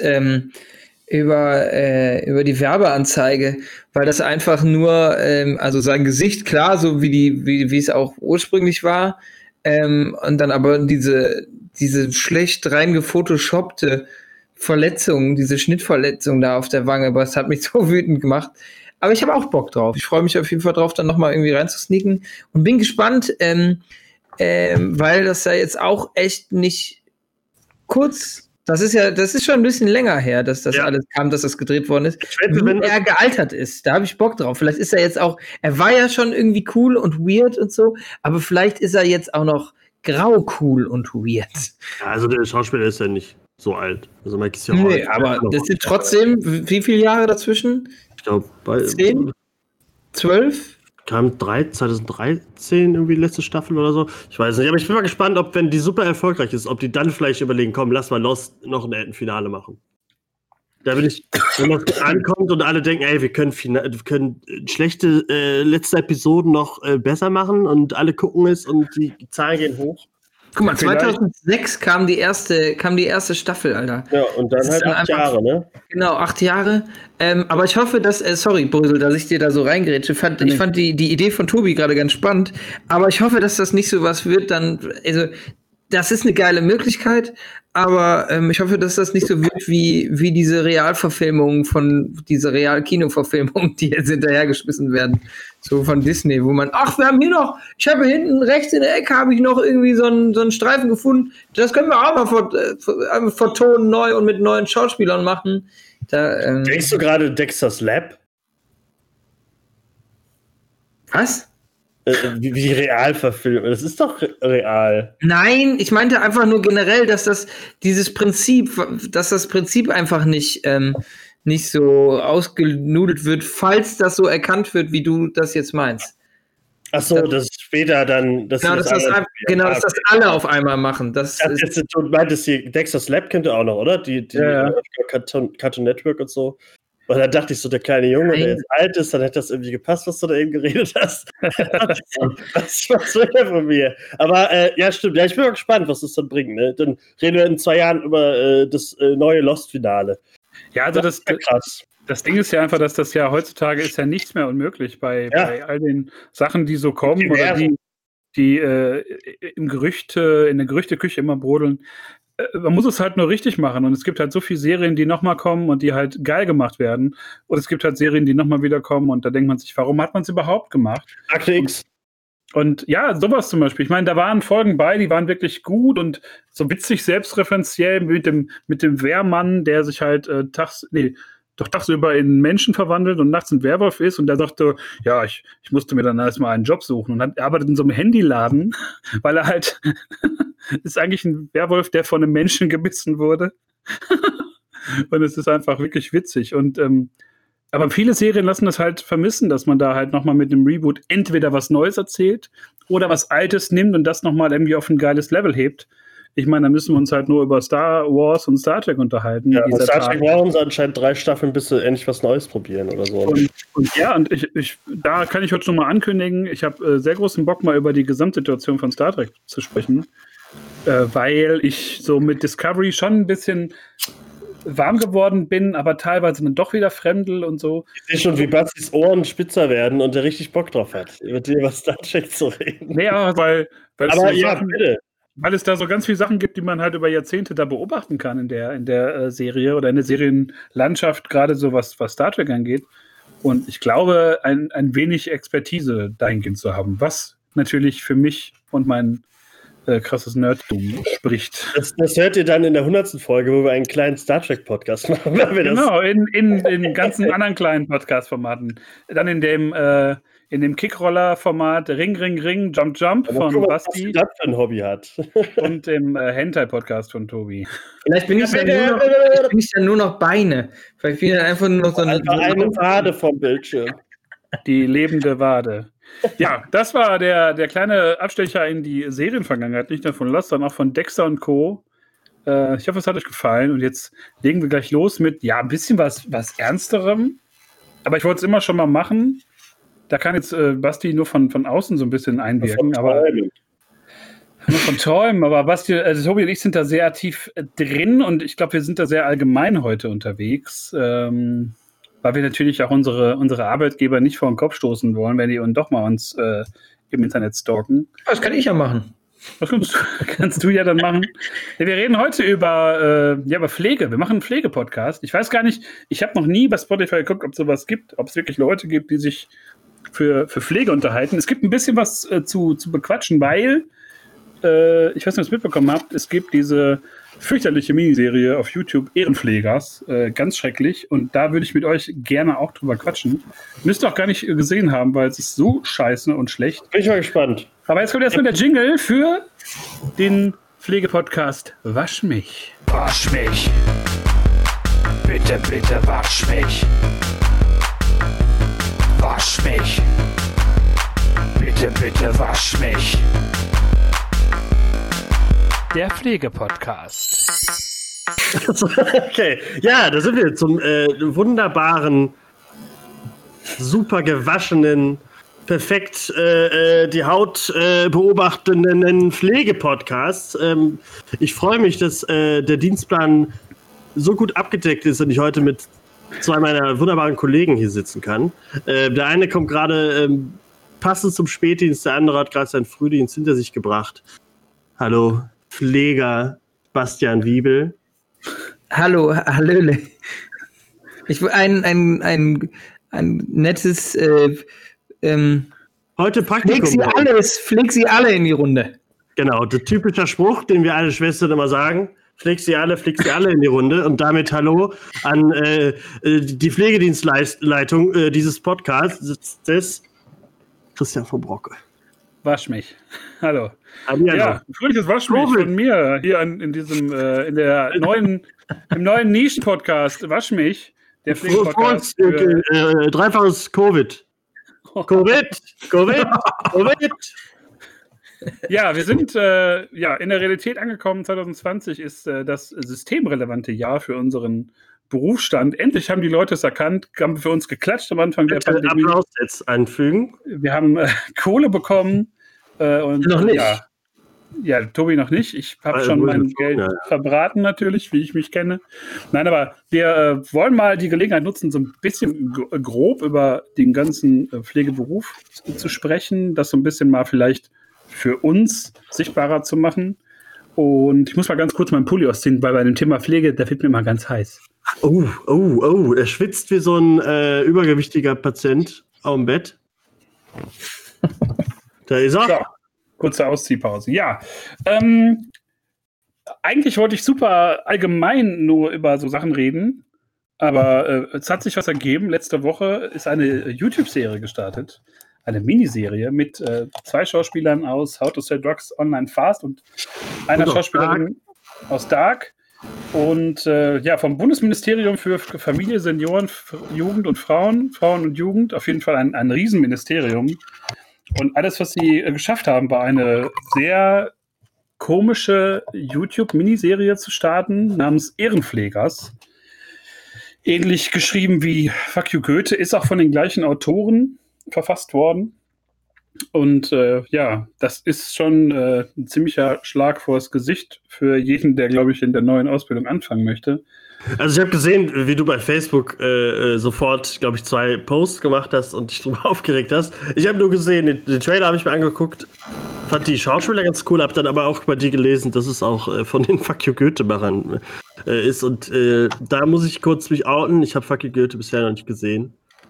über die Werbeanzeige, weil das einfach nur, also sein Gesicht, klar, so wie es auch ursprünglich war, und dann aber diese schlecht reingefotoshoppte Verletzung, diese Schnittverletzung da auf der Wange, aber es hat mich so wütend gemacht. Aber ich habe auch Bock drauf. Ich freue mich auf jeden Fall drauf, dann nochmal irgendwie reinzusneaken und bin gespannt, weil das ja jetzt auch echt nicht kurz, das ist schon ein bisschen länger her, dass das alles kam, dass das gedreht worden ist. Wie er gealtert ist, da habe ich Bock drauf. Vielleicht ist er jetzt auch, er war ja schon irgendwie cool und weird und so, aber vielleicht ist er jetzt auch noch grau cool und weird. Ja, also der Schauspieler ist ja nicht so alt. Also Mike ist ja nee, aber das sind trotzdem, wie viele Jahre dazwischen? Ich glaube, 10? 12? Kam 2013 irgendwie letzte Staffel oder so. Ich weiß nicht, aber ich bin mal gespannt, ob, wenn die super erfolgreich ist, ob die dann vielleicht überlegen, komm, lass mal Lost noch ein Finale machen. Da bin ich, wenn das ankommt und alle denken, ey, wir können schlechte letzte Episoden noch besser machen und alle gucken es und die Zahlen gehen hoch. Guck mal, 2006 kam die erste Staffel, Alter. Ja, und dann halt 8 Jahre, ne? Genau, 8 Jahre. Aber ich hoffe, dass, sorry, Brüssel, dass ich dir da so reingrätsche. Ich fand die Idee von Tobi gerade ganz spannend, aber ich hoffe, dass das nicht so was wird, dann, also, das ist eine geile Möglichkeit, aber ich hoffe, dass das nicht so wird wie diese Realverfilmung diese Real-Kino-Verfilmung, die jetzt hinterhergeschmissen werden. So von Disney, wo man, wir haben hier noch, ich habe hinten rechts in der Ecke habe ich noch irgendwie so einen Streifen gefunden. Das können wir auch mal vertonen neu und mit neuen Schauspielern machen. Denkst du gerade Dexter's Lab? Was? Wie real verfilmt? Das ist doch real. Nein, ich meinte einfach nur generell, dass das Prinzip einfach nicht so ausgenudelt wird, falls das so erkannt wird, wie du das jetzt meinst. Ach so, dass später dann... dass das alle auf einmal machen. Du meintest, Dexter's Lab kennt ihr auch noch, oder? Die Cartoon Network und so. Und dann dachte ich so, der kleine Junge, der jetzt alt ist, dann hätte das irgendwie gepasst, was du da eben geredet hast. was will der von mir? Aber ja, stimmt. Ja, ich bin mal gespannt, was das dann bringt. Ne? Dann reden wir in 2 Jahren über das neue Lost-Finale. Ja, also das krass. Das Ding ist ja einfach, dass das ja heutzutage ist ja nichts mehr unmöglich bei all den Sachen, die so kommen oder die in der Gerüchteküche immer brodeln. Man muss es halt nur richtig machen und es gibt halt so viele Serien, die nochmal kommen und die halt geil gemacht werden und es gibt halt Serien, die nochmal wieder kommen und da denkt man sich, warum hat man es überhaupt gemacht? Akte X. Und ja, sowas zum Beispiel. Ich meine, da waren Folgen bei, die waren wirklich gut und so witzig selbstreferenziell mit dem Wehrmann, der sich halt tagsüber in Menschen verwandelt und nachts ein Werwolf ist und der sagte, ja, ich musste mir dann erstmal einen Job suchen und er arbeitet in so einem Handyladen, weil er halt ist eigentlich ein Werwolf, der von einem Menschen gebissen wurde. Und es ist einfach wirklich witzig und Aber viele Serien lassen das halt vermissen, dass man da halt nochmal mit einem Reboot entweder was Neues erzählt oder was Altes nimmt und das nochmal irgendwie auf ein geiles Level hebt. Ich meine, da müssen wir uns halt nur über Star Wars und Star Trek unterhalten. Ja, und Star Trek brauchen sie anscheinend 3 Staffeln, bis sie endlich was Neues probieren oder so. Und da kann ich heute schon mal ankündigen, ich habe sehr großen Bock, mal über die Gesamtsituation von Star Trek zu sprechen, weil ich so mit Discovery schon ein bisschen warm geworden bin, aber teilweise dann doch wieder fremdel und so. Ich sehe schon, wie Bastis Ohren spitzer werden und der richtig Bock drauf hat, mit dir über Star Trek zu reden. Nee, weil aber so ja, Sachen, bitte. Weil es da so ganz viele Sachen gibt, die man halt über Jahrzehnte da beobachten kann in der Serie oder in der Serienlandschaft, gerade so was Star Trek angeht. Und ich glaube, ein wenig Expertise dahingehend zu haben, was natürlich für mich und mein krasses Nerdtum spricht. Das hört ihr dann in der 100. Folge, wo wir einen kleinen Star Trek-Podcast machen. Genau, in ganzen anderen kleinen Podcast-Formaten. Dann in dem Kickroller-Format Ring, Ring, Ring, Jump, Jump von Basti. Was das für ein Hobby hat. Und im Hentai-Podcast von Tobi. Vielleicht bin ich dann nur noch Beine. Vielleicht bin ich dann einfach nur noch so eine Wade vom Bildschirm. Die lebende Wade. Ja, das war der kleine Abstecher in die Serienvergangenheit, nicht nur von Lost, sondern auch von Dexter und Co. Ich hoffe, es hat euch gefallen. Und jetzt legen wir gleich los mit, ein bisschen was Ernsterem. Aber ich wollte es immer schon mal machen. Da kann jetzt Basti nur von außen so ein bisschen einwirken. Nur von Träumen. Aber Basti, also Tobi und ich sind da sehr tief drin und ich glaube, wir sind da sehr allgemein heute unterwegs. Weil wir natürlich auch unsere Arbeitgeber nicht vor den Kopf stoßen wollen, wenn die uns doch mal uns im Internet stalken. Das kann ich ja machen. Das kannst du ja dann machen. Wir reden heute über Pflege. Wir machen einen Pflege-Podcast. Ich weiß gar nicht, ich habe noch nie bei Spotify geguckt, ob es sowas gibt, ob es wirklich Leute gibt, die sich für Pflege unterhalten. Es gibt ein bisschen was zu bequatschen, weil, ich weiß nicht, ob ihr es mitbekommen habt, es gibt diese fürchterliche Miniserie auf YouTube, Ehrenpflegers, ganz schrecklich. Und da würde ich mit euch gerne auch drüber quatschen. Müsst ihr auch gar nicht gesehen haben, weil es ist so scheiße und schlecht. Bin ich mal gespannt. Aber jetzt kommt erstmal der Jingle für den Pflegepodcast Wasch mich. Wasch mich. Bitte, bitte wasch mich. Wasch mich. Bitte, bitte wasch mich. Der Pflegepodcast. Okay, ja, da sind wir zum wunderbaren, super gewaschenen, perfekt die Haut beobachtenden Pflegepodcast. Ich freue mich, dass der Dienstplan so gut abgedeckt ist und ich heute mit 2 meiner wunderbaren Kollegen hier sitzen kann. Der eine kommt gerade passend zum Spätdienst, der andere hat gerade seinen Frühdienst hinter sich gebracht. Hallo, Pfleger Bastian Wiebel. Hallo, hallöle. Ich will ein nettes Heute Praktikum. Pfleg sie alle in die Runde. Genau, der typische Spruch, den wir alle Schwestern immer sagen. Pfleg sie alle in die Runde. Und damit hallo an die Pflegedienstleitung dieses Podcasts des Christian von Brocke. Wasch mich. Hallo. Ja, fröhliches Wasch mich von mir hier im neuen Nischen-Podcast. Wasch mich. Der Pflege-Podcast. Dreifaches Covid. Covid. Ja, wir sind in der Realität angekommen. 2020 ist das systemrelevante Jahr für unseren Berufsstand. Endlich haben die Leute es erkannt, haben für uns geklatscht am Anfang der Pandemie. Applaus jetzt einfügen. Wir haben Kohle bekommen. Und noch nicht. Ja, Tobi noch nicht. Ich habe schon mein Geld verbraten natürlich, wie ich mich kenne. Nein, aber wir wollen mal die Gelegenheit nutzen, so ein bisschen grob über den ganzen Pflegeberuf zu sprechen, das so ein bisschen mal vielleicht für uns sichtbarer zu machen. Und ich muss mal ganz kurz meinen Pulli ausziehen, weil bei dem Thema Pflege, der wird mir immer ganz heiß. Oh, er schwitzt wie so ein übergewichtiger Patient auf dem Bett. Da ist er. So, kurze Ausziehpause. Ja, eigentlich wollte ich super allgemein nur über so Sachen reden, aber es hat sich was ergeben. Letzte Woche ist eine YouTube-Serie gestartet, eine Miniserie mit 2 Schauspielern aus How to Sell Drugs Online Fast und einer Schauspielerin aus Dark. Und vom Bundesministerium für Familie, Senioren, Jugend und Frauen und Jugend, auf jeden Fall ein Riesenministerium. Und alles, was sie geschafft haben, war eine sehr komische YouTube-Miniserie zu starten, namens Ehrenpflegers. Ähnlich geschrieben wie Fuck You Goethe, ist auch von den gleichen Autoren verfasst worden. Und das ist schon ein ziemlicher Schlag vors Gesicht für jeden, der, glaube ich, in der neuen Ausbildung anfangen möchte. Also ich habe gesehen, wie du bei Facebook sofort, glaube ich, 2 Posts gemacht hast und dich drüber aufgeregt hast. Ich habe nur gesehen, den Trailer habe ich mir angeguckt, fand die Schauspieler ganz cool, habe dann aber auch bei dir gelesen, dass es auch von den Fuck You Goethe-Machern ist. Und da muss ich kurz mich outen. Ich habe Fuck You Goethe bisher noch nicht gesehen.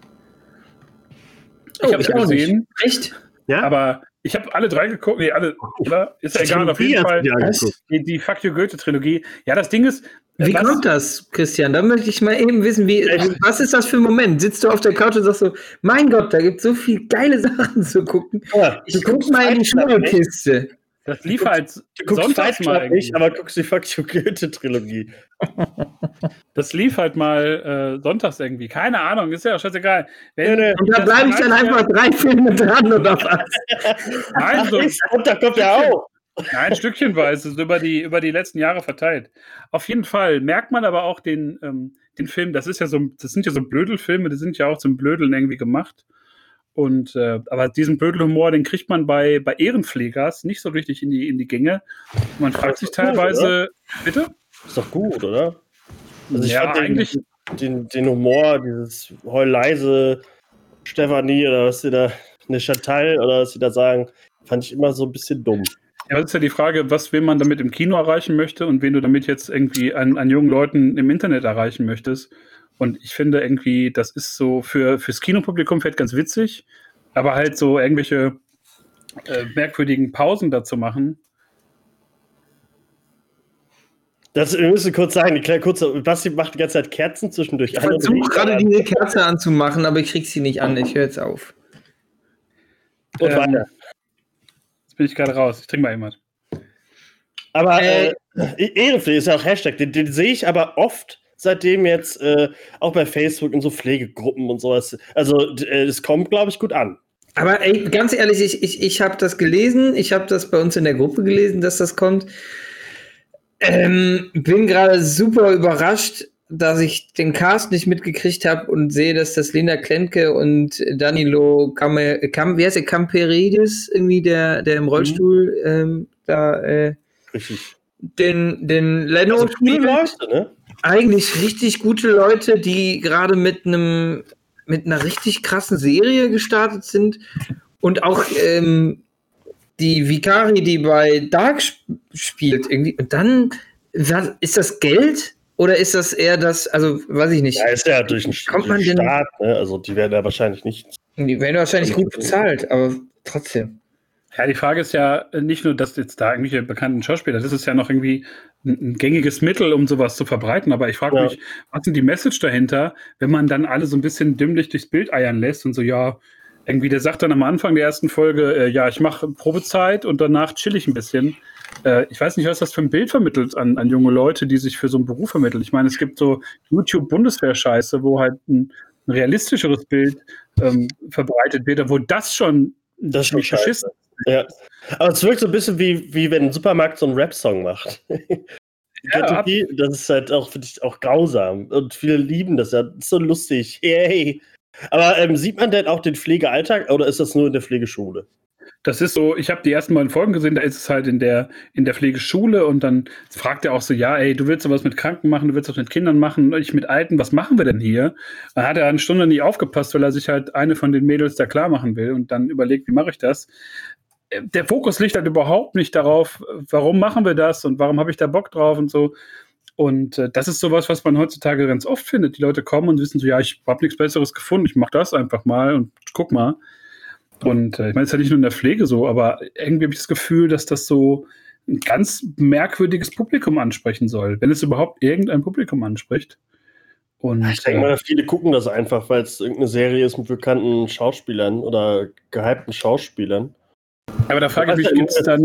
Ich habe es gesehen. Echt? Ja? Aber ich habe alle 3 geguckt. Nee, alle, oder? Ist ja egal, auf jeden Fall. Die Fuck You Goethe-Trilogie. Ja, das Ding ist. Wie kommt das, Christian? Da möchte ich mal eben wissen, was ist das für ein Moment? Sitzt du auf der Couch und sagst so, mein Gott, da gibt es so viele geile Sachen zu gucken. Ja, ich guck mal in die Schmuddelkiste. Das lief halt sonntags mal nicht, aber guckst die Fuck You Goethe-Trilogie. Das lief halt mal sonntags irgendwie. Keine Ahnung, ist ja auch scheißegal. Und da bleibe ich dann einfach 3 Filme dran oder was? Nein, so, und da kommt ja auch. Nein, stückchenweise, so über die letzten Jahre verteilt. Auf jeden Fall merkt man aber auch den Film, das sind ja so Blödelfilme, die sind ja auch zum Blödeln irgendwie gemacht. Und aber diesen Blödelhumor, den kriegt man bei Ehrenpflegers nicht so richtig in die Gänge. Man fragt sich teilweise, gut, bitte? Ist doch gut, oder? Also ich ja, fand eigentlich den Humor, dieses heulleise Stefanie oder was sie da, eine Chantal oder was sie da sagen, fand ich immer so ein bisschen dumm. Ja, das ist ja die Frage, wen man damit im Kino erreichen möchte und wen du damit jetzt irgendwie an jungen Leuten im Internet erreichen möchtest. Und ich finde irgendwie, das ist so fürs Kinopublikum vielleicht ganz witzig, aber halt so irgendwelche merkwürdigen Pausen dazu machen. Wir müssen kurz sagen, Basti macht die ganze Zeit Kerzen zwischendurch. Ich versuche gerade diese Kerze anzumachen, aber ich krieg sie nicht an. Ich höre jetzt auf. Und weiter. Bin ich gerade raus. Ich trinke mal jemand. Aber Ehrenpflege ist ja auch Hashtag. Den sehe ich aber oft seitdem jetzt auch bei Facebook in so Pflegegruppen und sowas. Also es kommt, glaube ich, gut an. Aber ey, ganz ehrlich, ich habe das gelesen. Ich habe das bei uns in der Gruppe gelesen, dass das kommt. Bin gerade super überrascht, dass ich den Cast nicht mitgekriegt habe und sehe, dass das Linda Klemke und Danilo Camperidis, irgendwie der im Rollstuhl Richtig. Den Leno also spielt. Leute, ne? Eigentlich richtig gute Leute, die gerade mit einer richtig krassen Serie gestartet sind und auch die Vicari, die bei Dark spielt, irgendwie. Und dann, ist das Geld? Oder ist das eher das, also weiß ich nicht. Ja, ist ja durch den Staat, ne? Also die werden ja wahrscheinlich nicht. Die werden wahrscheinlich gut bezahlt, aber trotzdem. Ja, die Frage ist ja nicht nur, dass jetzt da irgendwelche bekannten Schauspieler, das ist ja noch irgendwie ein gängiges Mittel, um sowas zu verbreiten, aber ich frage mich, was sind die Message dahinter, wenn man dann alle so ein bisschen dümmlich durchs Bild eiern lässt und so, ja, irgendwie, der sagt dann am Anfang der ersten Folge, ja, ich mache Probezeit und danach chill ich ein bisschen. Ich weiß nicht, was das für ein Bild vermittelt an junge Leute, die sich für so einen Beruf vermitteln. Ich meine, es gibt so YouTube-Bundeswehr-Scheiße, wo halt ein realistischeres Bild verbreitet wird, wo das schon scheiße ist. Ja. Aber es wirkt so ein bisschen wie wenn ein Supermarkt so einen Rap-Song macht. Ja, das ist halt auch, finde ich, auch grausam. Und viele lieben das ja. Das ist so lustig. Yay. Aber sieht man denn auch den Pflegealltag oder ist das nur in der Pflegeschule? Das ist so, ich habe die ersten beiden Folgen gesehen, da ist es halt in der Pflegeschule und dann fragt er auch so, ja, ey, du willst doch was mit Kranken machen, du willst was mit Kindern machen, ich mit Alten, was machen wir denn hier? Dann hat er eine Stunde nicht aufgepasst, weil er sich halt eine von den Mädels da klar machen will und dann überlegt, wie mache ich das? Der Fokus liegt halt überhaupt nicht darauf, warum machen wir das und warum habe ich da Bock drauf und so. Und das ist sowas, was man heutzutage ganz oft findet. Die Leute kommen und wissen so, ja, ich habe nichts Besseres gefunden, ich mache das einfach mal und guck mal. Und ich meine, es ist ja nicht nur in der Pflege so, aber irgendwie habe ich das Gefühl, dass das so ein ganz merkwürdiges Publikum ansprechen soll, wenn es überhaupt irgendein Publikum anspricht. Und, ich denke mal, viele gucken das einfach, weil es irgendeine Serie ist mit bekannten Schauspielern oder gehypten Schauspielern. Aber da frage ich mich, gibt es da nicht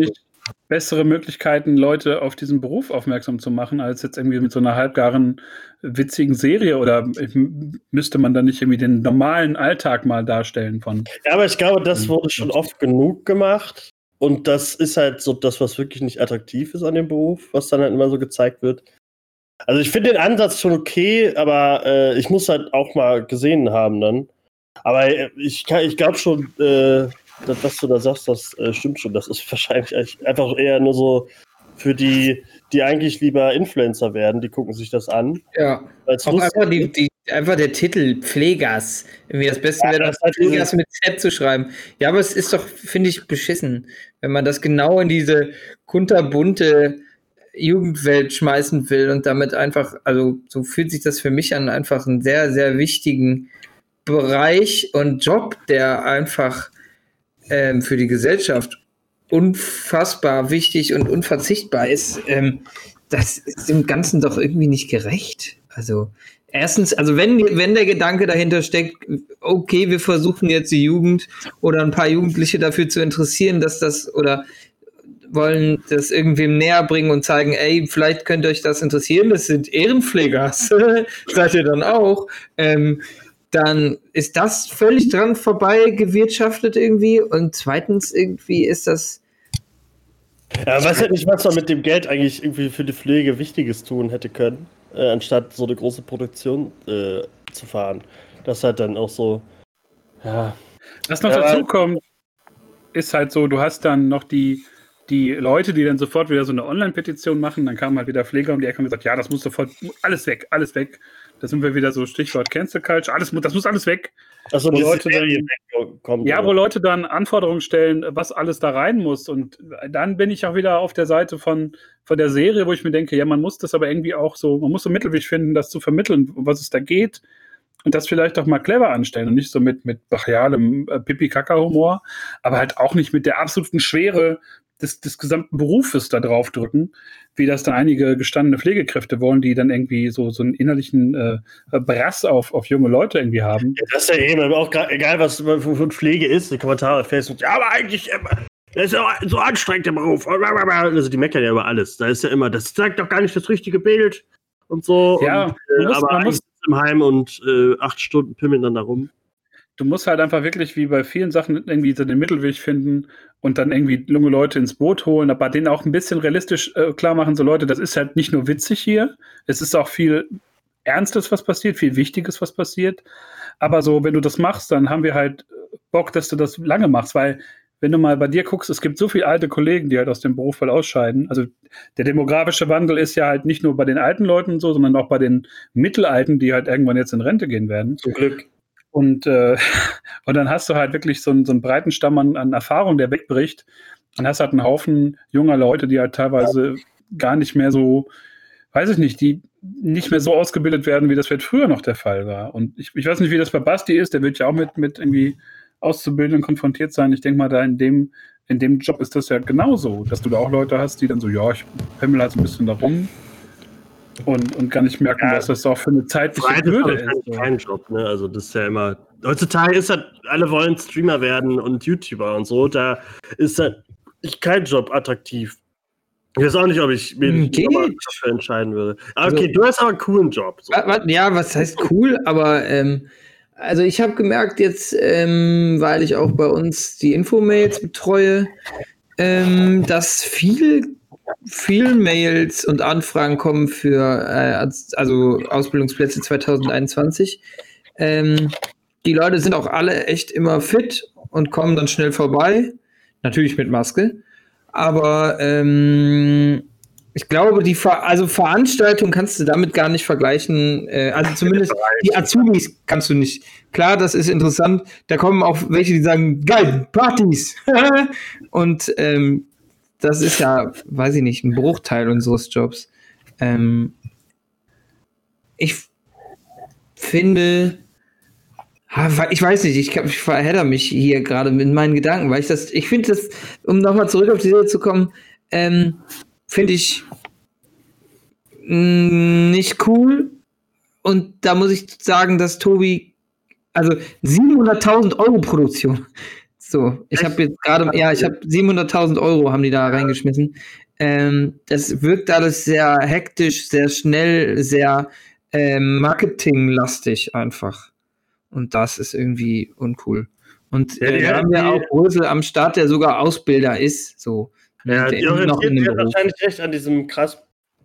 bessere Möglichkeiten, Leute auf diesen Beruf aufmerksam zu machen, als jetzt irgendwie mit so einer halbgaren, witzigen Serie, oder müsste man dann nicht irgendwie den normalen Alltag mal darstellen von. Ja, aber ich glaube, das wurde schon oft genug gemacht. Und das ist halt so das, was wirklich nicht attraktiv ist an dem Beruf, was dann halt immer so gezeigt wird. Also ich finde den Ansatz schon okay, aber ich muss halt auch mal gesehen haben dann. Aber ich glaube schon, das, was du da sagst, das stimmt schon. Das ist wahrscheinlich einfach eher nur so für die eigentlich lieber Influencer werden. Die gucken sich das an. Ja, auch einfach der Titel Pflegers. Irgendwie das Beste wäre, das Pflegers mit Z zu schreiben. Ja, aber es ist doch, finde ich, beschissen, wenn man das genau in diese kunterbunte Jugendwelt schmeißen will und damit einfach, also so fühlt sich das für mich an, einfach einen sehr, sehr wichtigen Bereich und Job, der einfach für die Gesellschaft unfassbar wichtig und unverzichtbar ist. Das ist dem Ganzen doch irgendwie nicht gerecht. Also erstens, also wenn der Gedanke dahinter steckt, okay, wir versuchen jetzt die Jugend oder ein paar Jugendliche dafür zu interessieren, dass das, oder wollen das irgendwem näher bringen und zeigen, ey, vielleicht könnt ihr euch das interessieren, das sind Ehrenpflegers, seid ihr dann auch, dann ist das völlig dran vorbei gewirtschaftet irgendwie, und zweitens irgendwie ist das. Ja, weiß halt nicht, was man mit dem Geld eigentlich irgendwie für die Pflege Wichtiges tun hätte können, anstatt so eine große Produktion zu fahren. Das halt dann auch so, ja. Was noch dazu kommt, ist halt so, du hast dann noch die Leute, die dann sofort wieder so eine Online-Petition machen, dann kamen halt wieder Pfleger um die Ecke und gesagt, ja, das muss sofort, alles weg. Da sind wir wieder so, Stichwort Cancel Culture, das muss alles weg. Also wo Leute dann Anforderungen stellen, was alles da rein muss. Und dann bin ich auch wieder auf der Seite von der Serie, wo ich mir denke, ja, man muss das aber irgendwie auch so, man muss so Mittelweg finden, das zu vermitteln, um was es da geht. Und das vielleicht auch mal clever anstellen und nicht so mit brachialem Pipi-Kaka-Humor, aber halt auch nicht mit der absoluten Schwere des gesamten Berufes da drauf drücken, wie das dann einige gestandene Pflegekräfte wollen, die dann irgendwie so einen innerlichen Brass auf junge Leute irgendwie haben. Ja, das ist ja eben, aber auch egal, was für Pflege ist, die Kommentare auf Facebook, ja, aber eigentlich, das ist ja so anstrengend der Beruf. Also die meckern ja über alles. Da ist ja immer, das zeigt doch gar nicht das richtige Bild und so. Ja, und, man muss im Heim und 8 Stunden pimmeln dann da rum. Du musst halt einfach wirklich, wie bei vielen Sachen, irgendwie so den Mittelweg finden und dann irgendwie junge Leute ins Boot holen, aber denen auch ein bisschen realistisch klar machen, so Leute, das ist halt nicht nur witzig hier, es ist auch viel Ernstes, was passiert, viel Wichtiges, was passiert, aber so, wenn du das machst, dann haben wir halt Bock, dass du das lange machst, weil wenn du mal bei dir guckst, es gibt so viele alte Kollegen, die halt aus dem Beruf voll ausscheiden. Also der demografische Wandel ist ja halt nicht nur bei den alten Leuten so, sondern auch bei den Mittelalten, die halt irgendwann jetzt in Rente gehen werden. Zum Glück. Und dann hast du halt wirklich so einen breiten Stamm an Erfahrung, der wegbricht. Dann hast du halt einen Haufen junger Leute, die halt teilweise gar nicht mehr so, weiß ich nicht, die nicht mehr so ausgebildet werden, wie das vielleicht früher noch der Fall war. Und ich weiß nicht, wie das bei Basti ist, der wird ja auch mit irgendwie Auszubildenden konfrontiert sein. Ich denke mal, da in dem Job ist das ja genauso, dass du da auch Leute hast, die dann so, ja, ich pimmel halt so ein bisschen da rum. Und gar nicht merken, was das auch für eine zeitliche Hürde ist. Das ist kein Job, ne? Also das ist ja immer. Heutzutage ist halt, alle wollen Streamer werden und YouTuber und so. Da ist halt kein Job attraktiv. Ich weiß auch nicht, ob ich mir dafür entscheiden würde. Aber okay, du hast aber einen coolen Job. So. Ja, was heißt cool? Aber also ich habe gemerkt jetzt, weil ich auch bei uns die Infomails betreue, dass viel Mails und Anfragen kommen für also Ausbildungsplätze 2021. Die Leute sind auch alle echt immer fit und kommen dann schnell vorbei. Natürlich mit Maske. Aber ich glaube, Veranstaltung kannst du damit gar nicht vergleichen. Also zumindest die Azubis kannst du nicht. Klar, das ist interessant. Da kommen auch welche, die sagen, geil, Partys. Und das ist ja, weiß ich nicht, ein Bruchteil unseres Jobs. Ich finde, ich weiß nicht, ich verhedder mich hier gerade mit meinen Gedanken, weil ich finde das, um nochmal zurück auf die Serie zu kommen, finde ich nicht cool. Und da muss ich sagen, dass Tobi, also 700.000 € Produktion, So, ich habe jetzt gerade, ich habe 700.000 Euro haben die da reingeschmissen. Das wirkt alles sehr hektisch, sehr schnell, sehr marketinglastig einfach. Und das ist irgendwie uncool. Und da haben wir auch Rösel am Start, der sogar Ausbilder ist. So. Ja, die orientiert wahrscheinlich echt an diesem krass,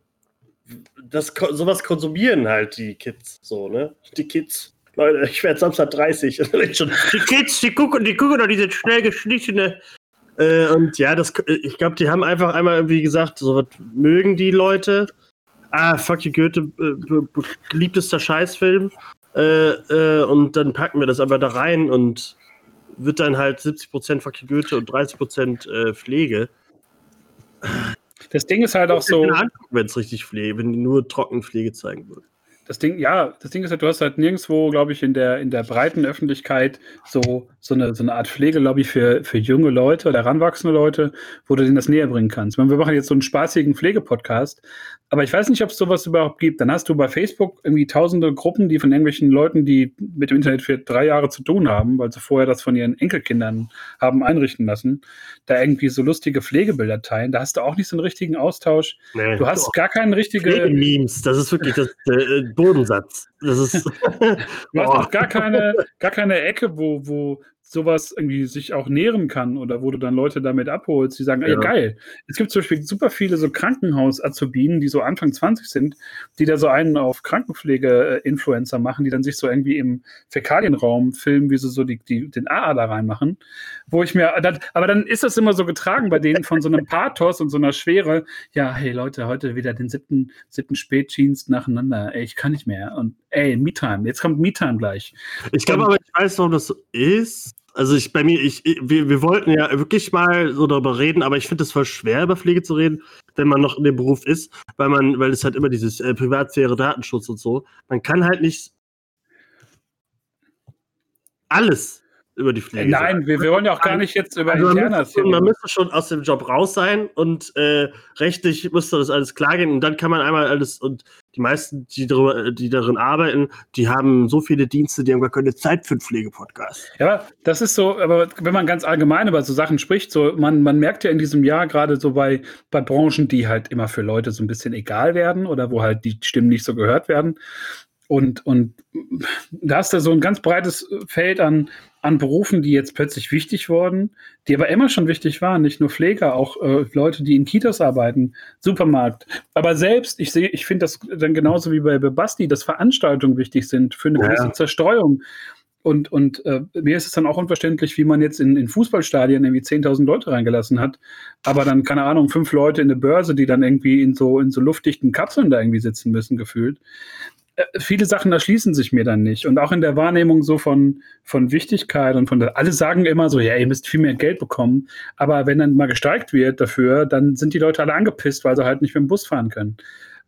sowas konsumieren halt die Kids so, ne? Die Kids. Leute, ich werde Samstag 30. Die Kids, die gucken doch diese schnell geschnittene. Und ja, ich glaube, die haben einfach einmal irgendwie gesagt, so was mögen die Leute. Fuck you, Goethe, beliebtester Scheißfilm. Und dann packen wir das aber da rein und wird dann halt 70% Fuck you, Goethe und 30% Pflege. Das Ding ist halt auch so. Wenn es richtig Pflege, wenn die nur Trockenpflege zeigen würden. Das Ding ist halt, du hast halt nirgendwo, glaube ich, in der breiten Öffentlichkeit so eine Art Pflegelobby für junge Leute oder heranwachsende Leute, wo du denen das näher bringen kannst. Wir machen jetzt so einen spaßigen Pflegepodcast, aber ich weiß nicht, ob es sowas überhaupt gibt. Dann hast du bei Facebook irgendwie tausende Gruppen, die von irgendwelchen Leuten, die mit dem Internet für 3 Jahre zu tun haben, weil sie vorher das von ihren Enkelkindern haben einrichten lassen, da irgendwie so lustige Pflegebilder teilen. Da hast du auch nicht so einen richtigen Austausch. Nee, du hast gar keinen richtigen Pflegememes, das ist wirklich das Bodensatz. Das ist du hast auch gar keine Ecke, wo sowas irgendwie sich auch nähren kann oder wo du dann Leute damit abholst, die sagen, ey, geil. Es gibt zum Beispiel super viele so Krankenhaus-Azubinen, die so Anfang 20 sind, die da so einen auf Krankenpflege-Influencer machen, die dann sich so irgendwie im Fäkalienraum filmen, wie sie so den AA da reinmachen, wo ich mir, aber dann ist das immer so getragen bei denen von so einem Pathos und so einer Schwere, ja, hey Leute, heute wieder den 7. Spätdienst nacheinander, ey, ich kann nicht mehr und ey, Me-Time, jetzt kommt Me-Time gleich. Ich glaube aber, ich weiß, warum das so ist. Also wir wollten ja wirklich mal so darüber reden, aber ich finde es voll schwer, über Pflege zu reden, wenn man noch in dem Beruf ist, weil es halt immer dieses Privatsphäre, Datenschutz und so. Man kann halt nicht alles über die Pflege sagen. Nein, wir wollen ja auch gar nicht jetzt über Internas reden. Man müsste schon aus dem Job raus sein und rechtlich müsste das alles klar gehen und dann kann man einmal alles, und die meisten, die darin arbeiten, die haben so viele Dienste, die haben gar keine Zeit für einen Pflegepodcast. Ja, aber das ist so, aber wenn man ganz allgemein über so Sachen spricht, so man merkt ja in diesem Jahr gerade so bei Branchen, die halt immer für Leute so ein bisschen egal werden oder wo halt die Stimmen nicht so gehört werden. Und da hast du so ein ganz breites Feld an Berufen, die jetzt plötzlich wichtig wurden, die aber immer schon wichtig waren, nicht nur Pfleger, auch Leute, die in Kitas arbeiten, Supermarkt. Aber selbst, ich finde das dann genauso wie bei Basti, dass Veranstaltungen wichtig sind für eine gewisse Zerstreuung. Und mir ist es dann auch unverständlich, wie man jetzt in Fußballstadien irgendwie 10.000 Leute reingelassen hat, aber dann, keine Ahnung, 5 Leute in der Börse, die dann irgendwie in so luftdichten Kapseln da irgendwie sitzen müssen, gefühlt. Viele Sachen erschließen sich mir dann nicht. Und auch in der Wahrnehmung so von Wichtigkeit und alle sagen immer so, ja, ihr müsst viel mehr Geld bekommen. Aber wenn dann mal gestreikt wird dafür, dann sind die Leute alle angepisst, weil sie halt nicht mit dem Bus fahren können.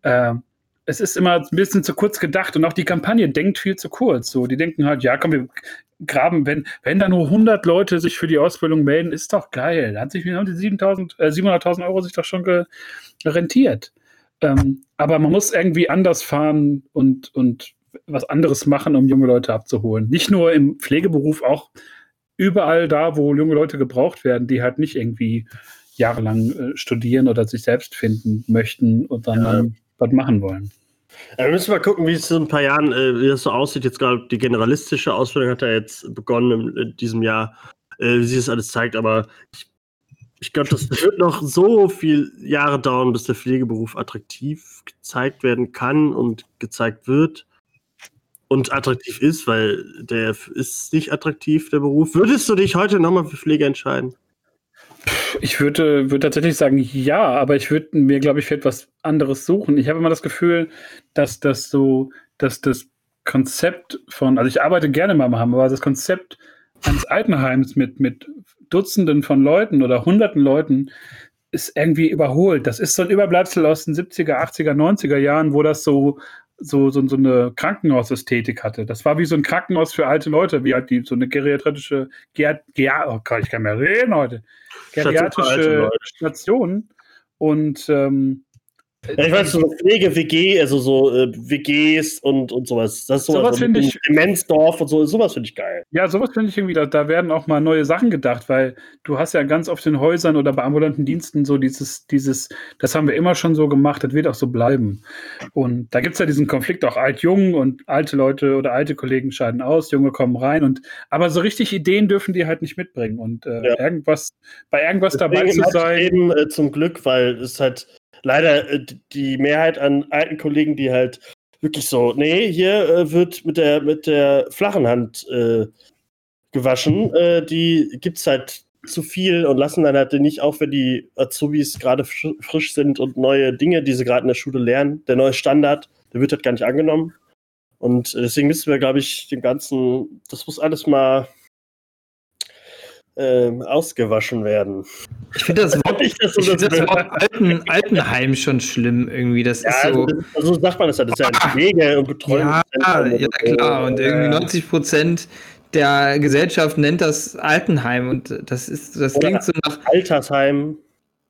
Es ist immer ein bisschen zu kurz gedacht und auch die Kampagne denkt viel zu kurz. So, die denken halt, ja, komm, wir graben, wenn da nur 100 Leute sich für die Ausbildung melden, ist doch geil. Da haben die 700.000 Euro sich doch schon rentiert. Aber man muss irgendwie anders fahren und was anderes machen, um junge Leute abzuholen. Nicht nur im Pflegeberuf, auch überall da, wo junge Leute gebraucht werden, die halt nicht irgendwie jahrelang studieren oder sich selbst finden möchten und dann was machen wollen. Ja, wir müssen mal gucken, wie es in ein paar Jahren, wie das so aussieht. Jetzt gerade die generalistische Ausbildung hat ja jetzt begonnen in diesem Jahr, wie sich das alles zeigt, aber ich glaube, das wird noch so viele Jahre dauern, bis der Pflegeberuf attraktiv gezeigt werden kann und gezeigt wird und attraktiv ist, weil der ist nicht attraktiv, der Beruf. Würdest du dich heute nochmal für Pflege entscheiden? Ich würde tatsächlich sagen, ja, aber ich würde mir, glaube ich, für etwas anderes suchen. Ich habe immer das Gefühl, dass das Konzept also ich arbeite gerne mal am Heim, aber das Konzept eines Altenheims mit Dutzenden von Leuten oder hunderten Leuten ist irgendwie überholt. Das ist so ein Überbleibsel aus den 70er, 80er, 90er Jahren, wo das so eine Krankenhausästhetik hatte. Das war wie so ein Krankenhaus für alte Leute, wie halt so eine geriatrische, oh Gott, ich kann mehr reden heute, geriatrische Station. Und Ja, ich weiß, so Pflege-WG, also so WGs und sowas. Das ist Sowas so finde ich- Demensdorf und so, sowas finde ich geil. Ja, sowas finde ich irgendwie, da werden auch mal neue Sachen gedacht, weil du hast ja ganz oft in Häusern oder bei ambulanten Diensten so dieses, das haben wir immer schon so gemacht, das wird auch so bleiben. Und da gibt es ja diesen Konflikt auch alt-jung und alte Leute oder alte Kollegen scheiden aus, Junge kommen rein aber so richtig Ideen dürfen die halt nicht mitbringen und bei irgendwas dabei zu Deswegen sein. eben zum Glück, weil es halt leider die Mehrheit an alten Kollegen, die halt wirklich so, nee, hier wird mit der flachen Hand gewaschen, die gibt's halt zu viel und lassen dann halt nicht auf, wenn die Azubis gerade frisch sind und neue Dinge, die sie gerade in der Schule lernen, der neue Standard, der wird halt gar nicht angenommen. Und deswegen müssen wir, glaube ich, das muss alles mal ausgewaschen werden. Ich finde das Wort Altenheim schon schlimm irgendwie. Das ist so. Also sagt man das ja, das ist ja eine Pflege und Betreuung. Ja, klar. Und irgendwie 90% der Gesellschaft nennt das Altenheim und das klingt so nach Altersheim.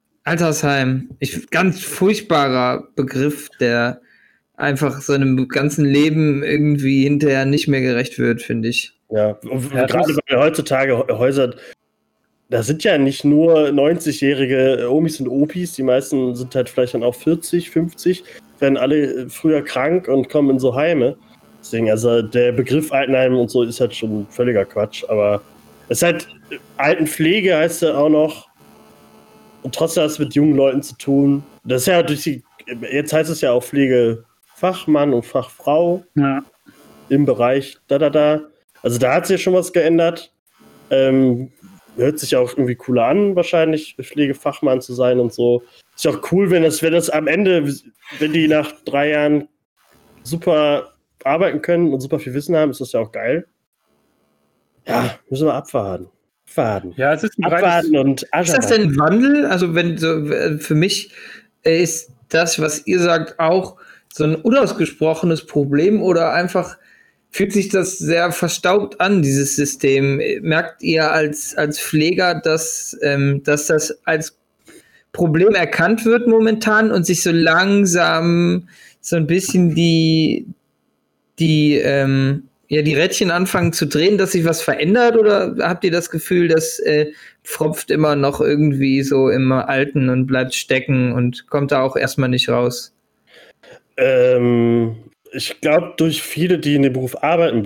Ganz furchtbarer Begriff, der einfach seinem ganzen Leben irgendwie hinterher nicht mehr gerecht wird, finde ich. Ja, gerade bei heutzutage Häusern, da sind ja nicht nur 90-jährige Omis und Opis, die meisten sind halt vielleicht dann auch 40, 50, werden alle früher krank und kommen in so Heime. Deswegen, also der Begriff Altenheim und so ist halt schon völliger Quatsch, aber es ist halt, Altenpflege heißt ja auch noch und trotzdem hat es mit jungen Leuten zu tun. Das ist ja jetzt heißt es ja auch Pflegefachmann und Fachfrau im Bereich Also da hat sich ja schon was geändert. Hört sich auch irgendwie cooler an, wahrscheinlich Pflegefachmann zu sein und so. Ist ja auch cool, wenn das am Ende, wenn die nach 3 Jahren super arbeiten können und super viel Wissen haben, ist das ja auch geil. Ja, müssen wir abwarten. Ja, es ist ein abwarten und Ist das denn ein Wandel? Also für mich ist das, was ihr sagt, auch so ein unausgesprochenes Problem oder einfach fühlt sich das sehr verstaubt an, dieses System? Merkt ihr als Pfleger, dass das als Problem erkannt wird momentan und sich so langsam so ein bisschen die Rädchen anfangen zu drehen, dass sich was verändert? Oder habt ihr das Gefühl, das pfropft immer noch irgendwie so im Alten und bleibt stecken und kommt da auch erstmal nicht raus? Ich glaube, durch viele, die in dem Beruf arbeiten,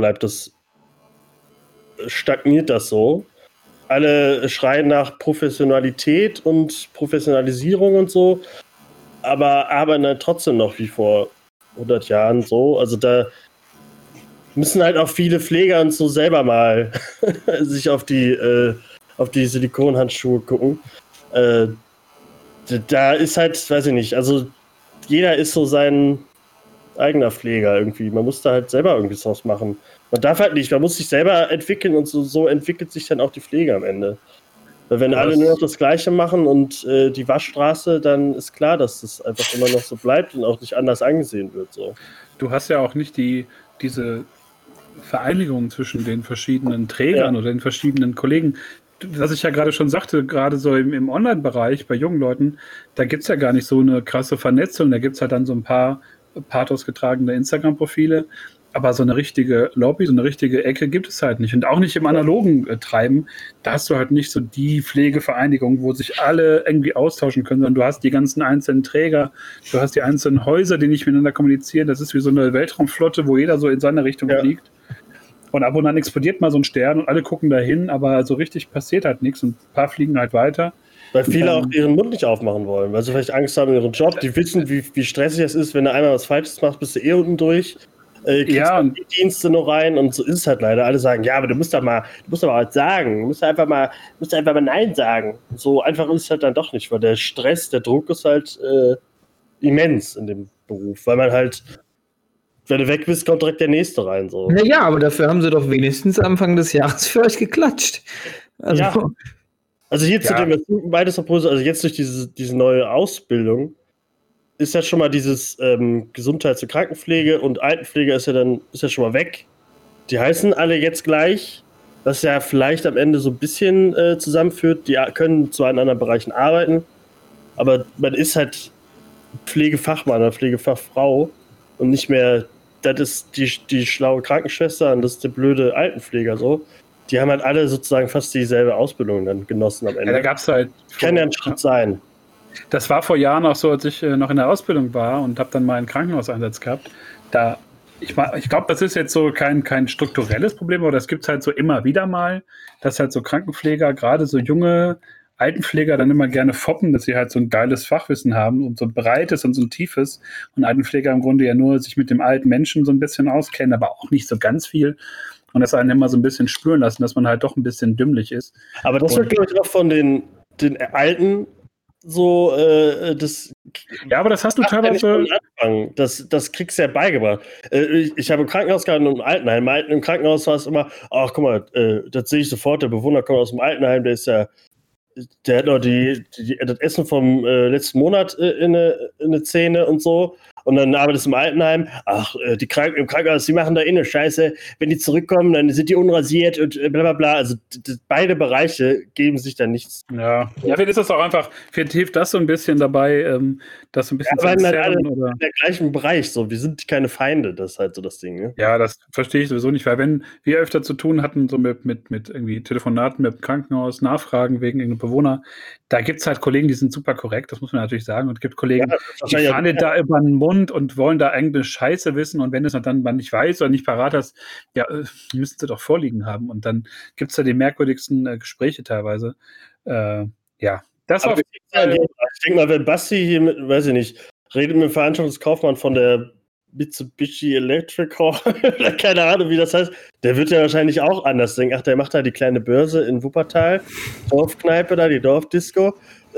stagniert das so. Alle schreien nach Professionalität und Professionalisierung und so, aber arbeiten dann trotzdem noch wie vor 100 Jahren so. Also da müssen halt auch viele Pfleger und so selber mal sich auf die Silikonhandschuhe gucken. Da ist halt, weiß ich nicht, also jeder ist so sein eigener Pfleger irgendwie. Man muss da halt selber irgendwie was machen. Man darf halt nicht, man muss sich selber entwickeln und so entwickelt sich dann auch die Pflege am Ende. Weil wenn alle nur noch das Gleiche machen und die Waschstraße, dann ist klar, dass das einfach immer noch so bleibt und auch nicht anders angesehen wird. So. Du hast ja auch nicht diese Vereinigung zwischen den verschiedenen Trägern oder den verschiedenen Kollegen. Was ich ja gerade schon sagte, gerade so im Online-Bereich bei jungen Leuten, da gibt es ja gar nicht so eine krasse Vernetzung. Da gibt es halt dann so ein paar pathosgetragene Instagram-Profile, aber so eine richtige Lobby, so eine richtige Ecke gibt es halt nicht. Und auch nicht im analogen Treiben, da hast du halt nicht so die Pflegevereinigung, wo sich alle irgendwie austauschen können, sondern du hast die ganzen einzelnen Träger, du hast die einzelnen Häuser, die nicht miteinander kommunizieren. Das ist wie so eine Weltraumflotte, wo jeder so in seine Richtung fliegt. Und ab und an explodiert mal so ein Stern und alle gucken dahin, aber so richtig passiert halt nichts und ein paar fliegen halt weiter. Weil viele auch ihren Mund nicht aufmachen wollen, weil sie vielleicht Angst haben in ihrem Job. Die wissen, wie stressig es ist, wenn du einmal was Falsches machst, bist du unten durch. Kriegst die Dienste noch rein und so ist es halt leider. Alle sagen, ja, aber du musst doch mal was sagen. Du musst einfach mal Nein sagen. So einfach ist es halt dann doch nicht, weil der Stress, der Druck ist halt immens in dem Beruf, weil man halt, wenn du weg bist, kommt direkt der Nächste rein. So. Naja, aber dafür haben sie doch wenigstens Anfang des Jahres für euch geklatscht. Also, ja. Also hier zu dem, was du beides also jetzt durch diese neue Ausbildung, ist ja schon mal dieses Gesundheits- und Krankenpflege und Altenpflege ist ja schon mal weg. Die heißen alle jetzt gleich, was ja vielleicht am Ende so ein bisschen zusammenführt. Die können zwar in anderen Bereichen arbeiten, aber man ist halt Pflegefachmann oder Pflegefachfrau und nicht mehr, das ist die schlaue Krankenschwester und das ist der blöde Altenpfleger so. Die haben halt alle sozusagen fast dieselbe Ausbildung dann genossen am Ende. Ja, da gab es halt. Kann ja ein Schritt sein. Das war vor Jahren auch so, als ich noch in der Ausbildung war und habe dann mal einen Krankenhauseinsatz gehabt. Ich glaube, das ist jetzt so kein strukturelles Problem, aber das gibt es halt so immer wieder mal, dass halt so Krankenpfleger, gerade so junge Altenpfleger dann immer gerne foppen, dass sie halt so ein geiles Fachwissen haben und so ein breites und so ein tiefes und Altenpfleger im Grunde ja nur sich mit dem alten Menschen so ein bisschen auskennen, aber auch nicht so ganz viel und das einen immer so ein bisschen spüren lassen, dass man halt doch ein bisschen dümmlich ist. Aber das wird, glaube ich, auch von den Alten so, ja, aber das hast du teilweise. Das kriegst du ja beigebracht. Ich habe im Krankenhaus gehabt und im Altenheim. Im Krankenhaus war es immer, ach guck mal, das sehe ich sofort, der Bewohner kommt aus dem Altenheim, der hat noch das Essen vom letzten Monat in eine Zähne und so. Und dann arbeitest du im Altenheim. Ach, im Krankenhaus, die machen da eine Scheiße. Wenn die zurückkommen, dann sind die unrasiert und bla bla bla. Also beide Bereiche geben sich dann nichts. Ja, vielleicht ist das auch einfach, vielleicht hilft das so ein bisschen dabei, das so ein bisschen zu entzerren. Halt oder in der gleichen Bereich. So, wir sind keine Feinde, das ist halt so das Ding. Ne? Ja, das verstehe ich sowieso nicht, weil wenn wir öfter zu tun hatten, so mit irgendwie Telefonaten mit dem Krankenhaus, Nachfragen wegen irgendeinem Bewohner, da gibt es halt Kollegen, die sind super korrekt, das muss man natürlich sagen. Und es gibt Kollegen, die fahren dir da über den Mund und wollen da irgendeine Scheiße wissen. Und wenn du es dann mal nicht weißt oder nicht parat hast, ja, müssten sie doch vorliegen haben. Und dann gibt es da die merkwürdigsten Gespräche teilweise. Ja, das war. Ich denke mal, wenn Basti hier mit, weiß ich nicht, redet mit dem Veranstaltungskaufmann von der Mitsubishi Electric Hall, keine Ahnung, wie das heißt, der wird ja wahrscheinlich auch anders denken. Ach, der macht da die kleine Börse in Wuppertal, Dorfkneipe da, die Dorfdisco.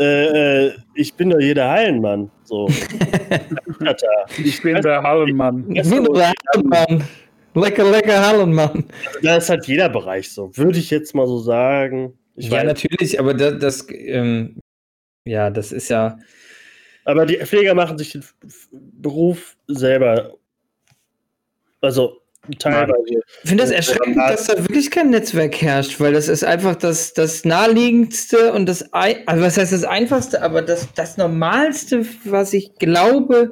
Ich bin doch hier der Hallenmann. So. Ich bin der Hallenmann. Ich bin der Hallenmann. Lecker Hallenmann. Also, da ist halt jeder Bereich so, würde ich jetzt mal so sagen. Natürlich, aber das ist ja. Aber die Pfleger machen sich den Beruf selber, also teilweise. Ich finde das erschreckend, dass da wirklich kein Netzwerk herrscht, weil das ist einfach das naheliegendste und also was heißt das Einfachste, aber das Normalste, was ich glaube,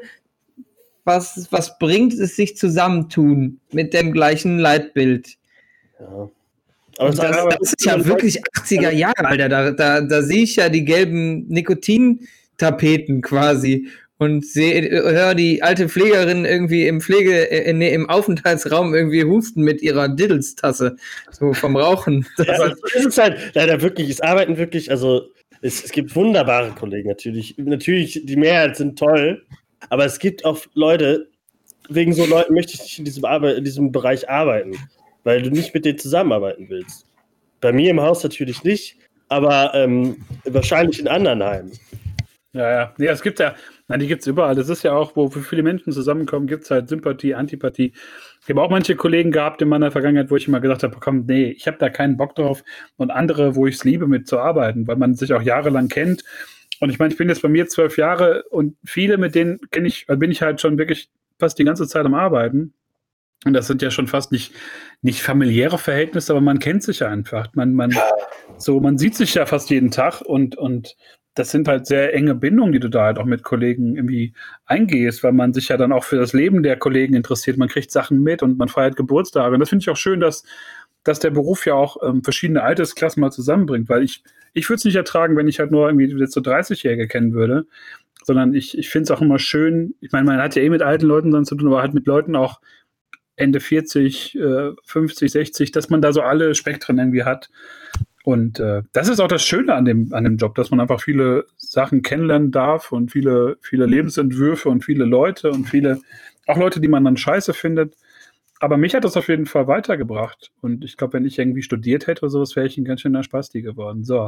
was bringt, ist sich zusammentun mit dem gleichen Leitbild. Ja. Aber das ist ja wirklich 80er Jahre, Alter. Da sehe ich ja die gelben Nikotintapeten quasi und höre die alte Pflegerin irgendwie im Aufenthaltsraum irgendwie husten mit ihrer Diddles-Tasse, so vom Rauchen. Das ist halt leider wirklich, es arbeiten wirklich, also es gibt wunderbare Kollegen natürlich. Natürlich, die Mehrheit sind toll, aber es gibt auch Leute, wegen so Leuten möchte ich nicht in diesem Bereich arbeiten. Weil du nicht mit denen zusammenarbeiten willst. Bei mir im Haus natürlich nicht, aber wahrscheinlich in anderen Heimen. Ja. Nee, es gibt ja, die gibt es überall. Das ist ja auch, wo viele Menschen zusammenkommen, gibt es halt Sympathie, Antipathie. Ich habe auch manche Kollegen gehabt in meiner Vergangenheit, wo ich immer gesagt habe, komm, nee, ich habe da keinen Bock drauf. Und andere, wo ich es liebe, mitzuarbeiten, weil man sich auch jahrelang kennt. Und ich meine, ich bin jetzt bei mir 12 Jahre und viele, mit denen bin ich halt schon wirklich fast die ganze Zeit am Arbeiten. Und das sind ja schon fast nicht familiäre Verhältnisse, aber man kennt sich ja einfach. Man sieht sich ja fast jeden Tag und das sind halt sehr enge Bindungen, die du da halt auch mit Kollegen irgendwie eingehst, weil man sich ja dann auch für das Leben der Kollegen interessiert. Man kriegt Sachen mit und man feiert Geburtstage. Und das finde ich auch schön, dass der Beruf ja auch verschiedene Altersklassen mal zusammenbringt, weil ich würde es nicht ertragen, wenn ich halt nur irgendwie jetzt so 30-Jährige kennen würde, sondern ich finde es auch immer schön. Ich meine, man hat ja mit alten Leuten dann zu tun, aber halt mit Leuten auch Ende 40, 50, 60, dass man da so alle Spektren irgendwie hat. Und das ist auch das Schöne an dem Job, dass man einfach viele Sachen kennenlernen darf und viele Lebensentwürfe und viele Leute und auch Leute, die man dann scheiße findet. Aber mich hat das auf jeden Fall weitergebracht. Und ich glaube, wenn ich irgendwie studiert hätte oder sowas, wäre ich ein ganz schöner Spasti geworden. So.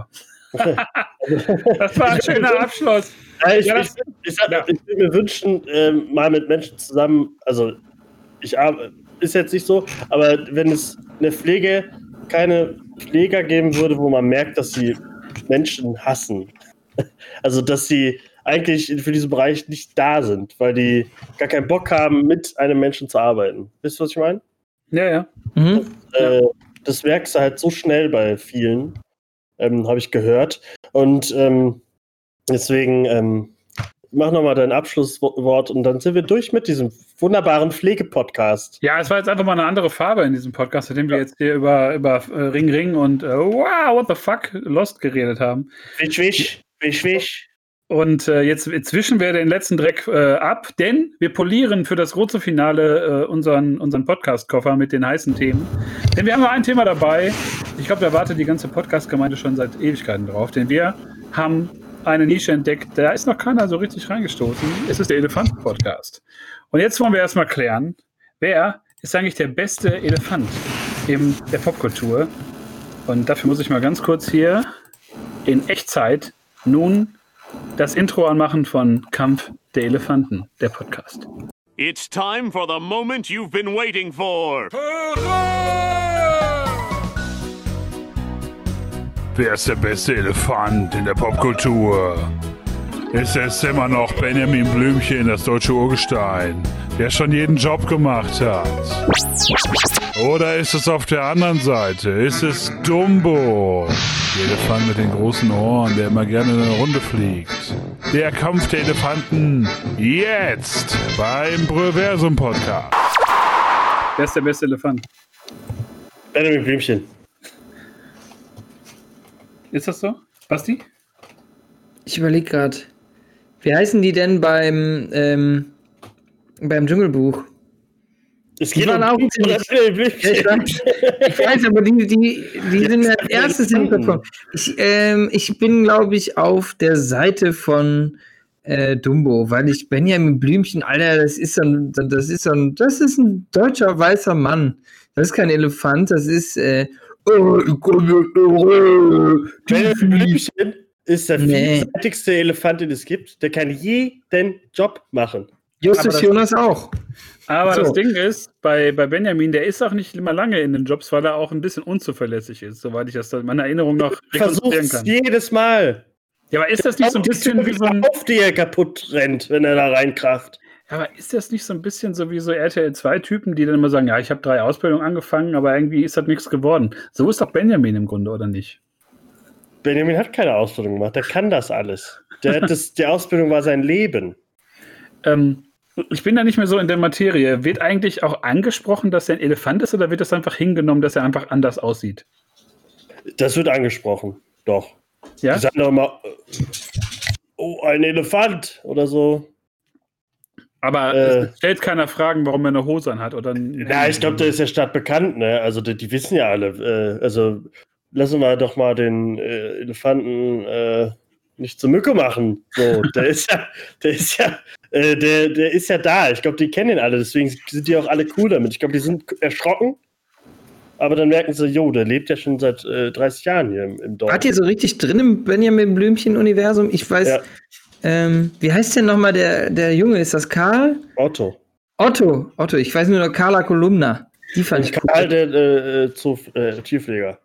Das war ein schöner Abschluss. Ich würde mir wünschen, mal mit Menschen zusammen, also ist jetzt nicht so, aber wenn es keine Pfleger geben würde, wo man merkt, dass sie Menschen hassen, also dass sie eigentlich für diesen Bereich nicht da sind, weil die gar keinen Bock haben, mit einem Menschen zu arbeiten. Wisst ihr, was ich meine? Ja. Mhm. Das merkst du halt so schnell bei vielen, habe ich gehört. Und deswegen mach nochmal dein Abschlusswort und dann sind wir durch mit diesem wunderbaren Pflegepodcast. Ja, es war jetzt einfach mal eine andere Farbe in diesem Podcast, in dem wir jetzt hier über Ring Ring und wow, what the fuck, Lost geredet haben. Wisch. Und jetzt zwischen wir den letzten Dreck ab, denn wir polieren für das große Finale unseren Podcast-Koffer mit den heißen Themen. Denn wir haben noch ein Thema dabei. Ich glaube, da wartet die ganze Podcast-Gemeinde schon seit Ewigkeiten drauf. Denn wir haben eine Nische entdeckt, da ist noch keiner so richtig reingestoßen. Es ist der Elefanten-Podcast. Und jetzt wollen wir erstmal klären, wer ist eigentlich der beste Elefant in der Popkultur? Und dafür muss ich mal ganz kurz hier in Echtzeit nun das Intro anmachen von Kampf der Elefanten, der Podcast. It's time for the moment you've been waiting for. Wer ist der beste Elefant in der Popkultur? Ist es immer noch Benjamin Blümchen, das deutsche Urgestein, der schon jeden Job gemacht hat? Oder ist es auf der anderen Seite? Ist es Dumbo, der Elefant mit den großen Ohren, der immer gerne in eine Runde fliegt? Der Kampf der Elefanten jetzt beim Bröversum-Podcast. Wer ist der beste Elefant? Benjamin Blümchen. Ist das so? Basti? Ich überlege gerade. Wie heißen die denn beim Dschungelbuch? Es geht waren auch ziemlich. Ich weiß, aber die sind als erstes in den Kopf. Ich bin, glaube ich, auf der Seite von Dumbo, weil ich Benjamin Blümchen, Alter, das ist ein deutscher weißer Mann. Das ist kein Elefant, das ist Benjamin Blümchen ist der vielseitigste Elefant, den es gibt. Der kann jeden Job machen. Justus Jonas auch. Aber So. das Ding ist, bei Benjamin, der ist auch nicht immer lange in den Jobs, weil er auch ein bisschen unzuverlässig ist, soweit ich das in meiner Erinnerung noch rekonstruieren Versucht's kann. jedes Mal. Ja, aber ist das nicht so ein bisschen wie so ein... Auf die er kaputt rennt, wenn er da reinkracht. Aber ist das nicht so ein bisschen so wie so RTL-2-Typen, die dann immer sagen, ja, ich habe 3 Ausbildungen angefangen, aber irgendwie ist das nichts geworden. So ist doch Benjamin im Grunde, oder nicht? Benjamin hat keine Ausbildung gemacht, der kann das alles. Die Ausbildung war sein Leben. Ich bin da nicht mehr so in der Materie. Wird eigentlich auch angesprochen, dass er ein Elefant ist, oder wird das einfach hingenommen, dass er einfach anders aussieht? Das wird angesprochen, doch. Ja? Die sagen doch immer, oh, ein Elefant oder so. Aber es stellt keiner Fragen, warum er eine Hose anhat, oder? Na, ich glaube, der ist ja stadtbekannt, ne? Also die wissen ja alle. Also lassen wir doch mal den Elefanten nicht zur Mücke machen. So, der ist ja da. Ich glaube, die kennen ihn alle, deswegen sind die auch alle cool damit. Ich glaube, die sind erschrocken, aber dann merken sie, jo, der lebt ja schon seit 30 Jahren hier im Dorf. Wart ihr so richtig drin im Benjamin Blümchen-Universum? Ich weiß, wie heißt denn nochmal der Junge? Ist das Karl? Otto. Otto, ich weiß nur noch Carla Kolumna. Die fand ich Karl, cool. der Tierpfleger.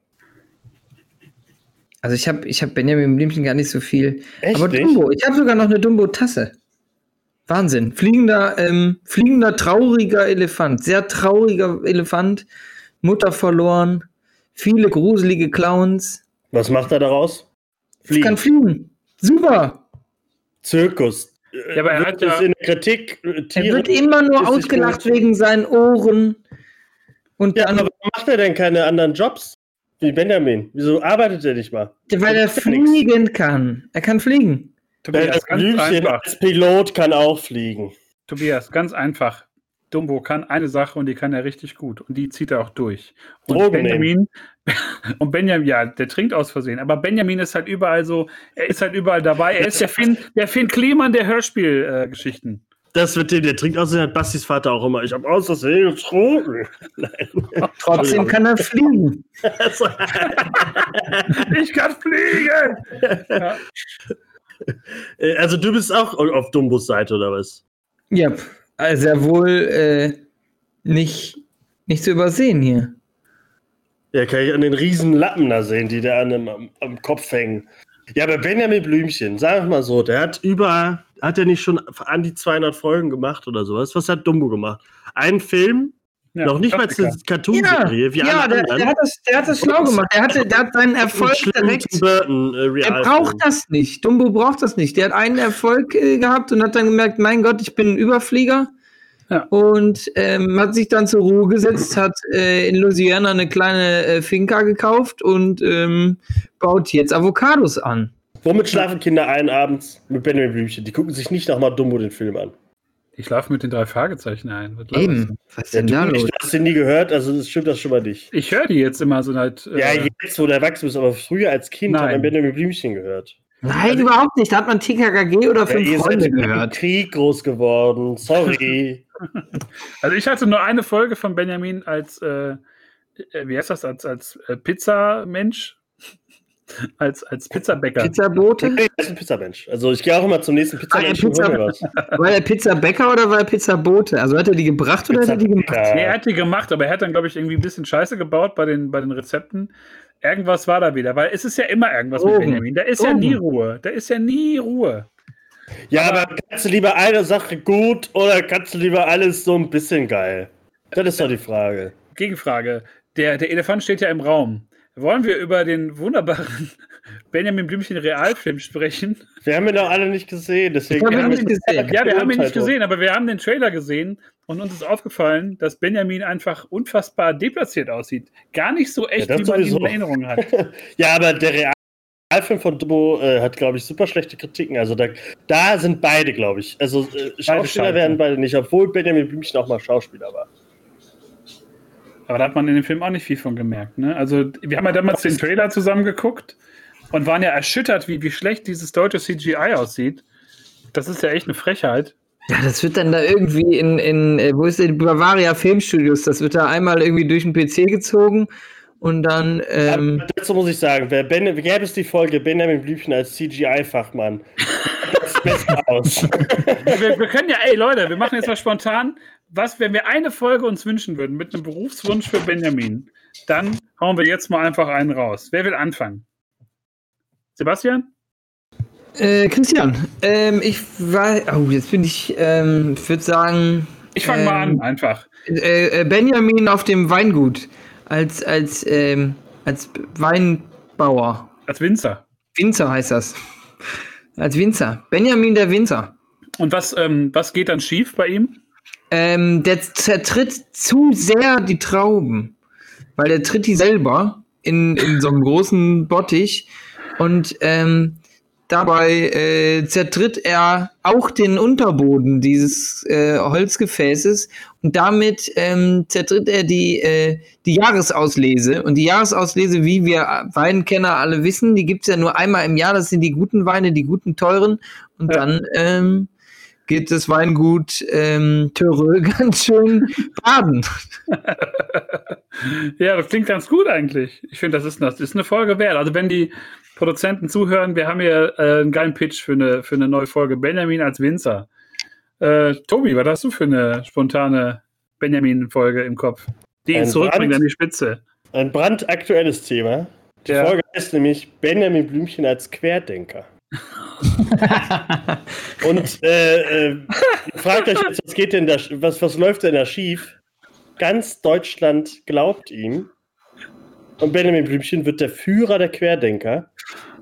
Also ich hab Benjamin Blümchen gar nicht so viel. Echt Aber nicht? Dumbo, ich habe sogar noch eine Dumbo-Tasse. Wahnsinn. Fliegender, trauriger Elefant. Sehr trauriger Elefant. Mutter verloren. Viele gruselige Clowns. Was macht er daraus? Kann fliegen. Super. Zirkus. Ja, aber er hat ja... in der Kritik. Er wird immer nur ist nicht ausgelacht gut. wegen seinen Ohren. Und Ja, dann, aber warum macht er denn keine anderen Jobs? Wie Benjamin. Wieso arbeitet er nicht mal? weil er fliegen kann. Er kann fliegen. Tobias, ganz Blümchen einfach. als Pilot kann auch fliegen. Tobias, ganz einfach. Dumbo kann eine Sache und die kann er richtig gut. Und die zieht er auch durch. Und Drogen nehmen. Benjamin, ja, der trinkt aus Versehen. Aber Benjamin ist halt überall so, er ist halt überall dabei. Er ist der Finn Kliman der Hörspielgeschichten. Das mit dem, der trinkt außerdem, hat Bastis Vater auch immer. Ich habe aus Versehen getrunken. Trotzdem kann er fliegen. Ich kann fliegen! Ja. Also du bist auch auf Dumbos Seite, oder was? Ja, also ja wohl nicht zu übersehen hier. Ja, kann ich an den riesen Lappen da sehen, die da am Kopf hängen. Ja, aber Benjamin Blümchen, sag mal so, der hat er nicht schon an die 200 Folgen gemacht oder sowas? Was hat Dumbo gemacht? Einen Film Ja, Noch nicht mal Klassiker. eine Cartoon-Serie, wie alle der anderen. hat das schlau gemacht. Der hat seinen Erfolg direkt. Tim Burton, Er braucht das nicht. Dumbo braucht das nicht. Der hat einen Erfolg gehabt und hat dann gemerkt, mein Gott, ich bin ein Überflieger. Ja. Und hat sich dann zur Ruhe gesetzt, hat in Louisiana eine kleine Finca gekauft und baut jetzt Avocados an. Womit schlafen Kinder ein abends? Mit Benjamin Blümchen. Die gucken sich nicht nochmal Dumbo den Film an. Ich schlafe mit den 3 Fragezeichen ein. Was glaubst du? Eben. Was ist denn da Du los? nicht, du hast den nie gehört, also das stimmt das schon mal nicht. Ich höre die jetzt immer so seit. Ja, jetzt, wo du erwachsen bist, aber früher als Kind Nein. hat man Benjamin Blümchen gehört. Nein, überhaupt nicht. Da hat man TKKG oder 5 ihr Freunde seid im gehört. Krieg groß geworden, sorry. Also ich hatte nur eine Folge von Benjamin als, wie heißt das, als Pizzamensch? als Pizzabäcker. Pizzabote? Nee, er ist ein Pizzamensch. Also ich gehe auch immer zum nächsten Pizzamensch und hol mir was. War er Pizzabäcker oder war er Pizzabote? Also hat er die gebracht oder hat er die gemacht? Nee, er hat die gemacht, aber er hat dann, glaube ich, irgendwie ein bisschen Scheiße gebaut bei den Rezepten. Irgendwas war da wieder, weil es ist ja immer irgendwas mit Benjamin. Da ist ja nie Ruhe. Ja, aber kannst du lieber eine Sache gut oder kannst du lieber alles so ein bisschen geil? Das ist doch die Frage. Gegenfrage. Der Elefant steht ja im Raum. Wollen wir über den wunderbaren Benjamin Blümchen Realfilm sprechen? Wir haben ihn doch alle nicht gesehen, deswegen. Wir haben ihn nicht gesehen. Ja, wir haben ihn nicht gesehen, aber wir haben den Trailer gesehen und uns ist aufgefallen, dass Benjamin einfach unfassbar deplatziert aussieht. Gar nicht so echt, Ja, das wie man ihn sowieso. in Erinnerung hat. Ja, aber der Realfilm von Dumbo hat, glaube ich, super schlechte Kritiken. Also da sind beide, glaube ich. Also Schauspieler scheiße. werden beide nicht, obwohl Benjamin Blümchen auch mal Schauspieler war. Aber da hat man in dem Film auch nicht viel von gemerkt. Ne? Also wir haben ja damals den Trailer zusammen geguckt und waren ja erschüttert, wie schlecht dieses deutsche CGI aussieht. Das ist ja echt eine Frechheit. Ja, das wird dann da irgendwie in wo ist die Bavaria Filmstudios? Das wird da einmal irgendwie durch den PC gezogen und dann. Aber dazu muss ich sagen, gäbe es die Folge Benjamin Blümchen als CGI-Fachmann, das sieht besser aus. Wir können ja, ey Leute, wir machen jetzt mal spontan, wenn wir eine Folge uns wünschen würden mit einem Berufswunsch für Benjamin, dann hauen wir jetzt mal einfach einen raus. Wer will anfangen? Sebastian? Christian, jetzt bin ich würde sagen. Ich fange mal an, einfach. Benjamin auf dem Weingut als Weinbauer. Als Winzer. Winzer heißt das. Als Winzer. Benjamin der Winzer. Und was geht dann schief bei ihm? Der zertritt zu sehr die Trauben, weil der tritt die selber in so einem großen Bottich und dabei zertritt er auch den Unterboden dieses Holzgefäßes und damit zertritt er die Jahresauslese. Und die Jahresauslese, wie wir Weinkenner alle wissen, die gibt es ja nur einmal im Jahr. Das sind die guten Weine, die guten teuren. Und dann geht das Weingut Thörö ganz schön baden. Ja, das klingt ganz gut eigentlich. Ich finde, das ist eine Folge wert. Also wenn die Produzenten zuhören, wir haben hier einen geilen Pitch für eine neue Folge. Benjamin als Winzer. Tobi, was hast du für eine spontane Benjamin-Folge im Kopf? Die ihn zurückbringt an die Spitze. Ein brandaktuelles Thema. Die Folge heißt nämlich Benjamin Blümchen als Querdenker. Und ihr fragt euch jetzt, was geht denn da, was läuft denn da schief? Ganz Deutschland glaubt ihm. Und Benjamin Blümchen wird der Führer der Querdenker.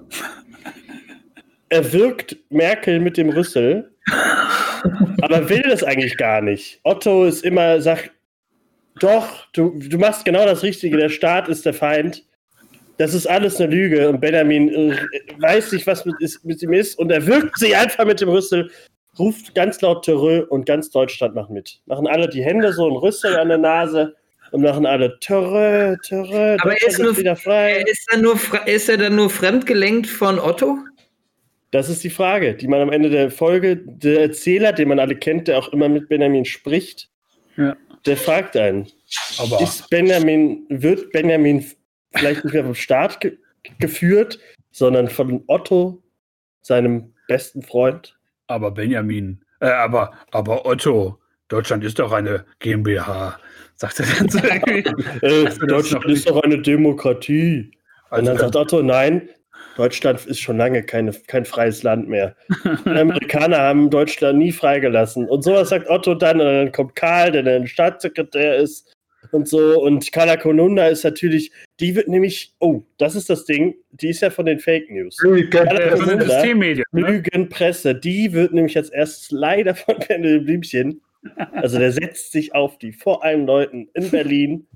Er wirkt Merkel mit dem Rüssel, aber will das eigentlich gar nicht. Otto ist immer, sagt, doch, du machst genau das Richtige, der Staat ist der Feind. Das ist alles eine Lüge und Benjamin weiß nicht, was mit ihm ist und er wirkt sie einfach mit dem Rüssel, ruft ganz laut Törö und ganz Deutschland macht mit. Machen alle die Hände so, ein Rüssel an der Nase und machen alle Törö, Törö, aber Deutschland ist wieder frei. Ist er dann nur fremdgelenkt von Otto? Das ist die Frage, die man am Ende der Folge, der Erzähler, den man alle kennt, der auch immer mit Benjamin spricht, der fragt einen, Aber wird Benjamin vielleicht nicht mehr vom Staat geführt, sondern von Otto, seinem besten Freund? Aber Benjamin, aber Otto, Deutschland ist doch eine GmbH, sagt er dann so irgendwie. Deutschland ist doch eine Demokratie. Und dann sagt Otto, nein, Deutschland ist schon lange kein freies Land mehr. Die Amerikaner haben Deutschland nie freigelassen. Und sowas sagt Otto dann, und dann kommt Karl, der dann Staatssekretär ist, und so. Und Carla Kolumna ist natürlich, die wird nämlich, das ist das Ding, die ist ja von den Fake News. Von den Systemmedien. Ne? Lügenpresse, die wird nämlich als erstes leider von Benjamin Blümchen, also der setzt sich auf die vor allen Leuten in Berlin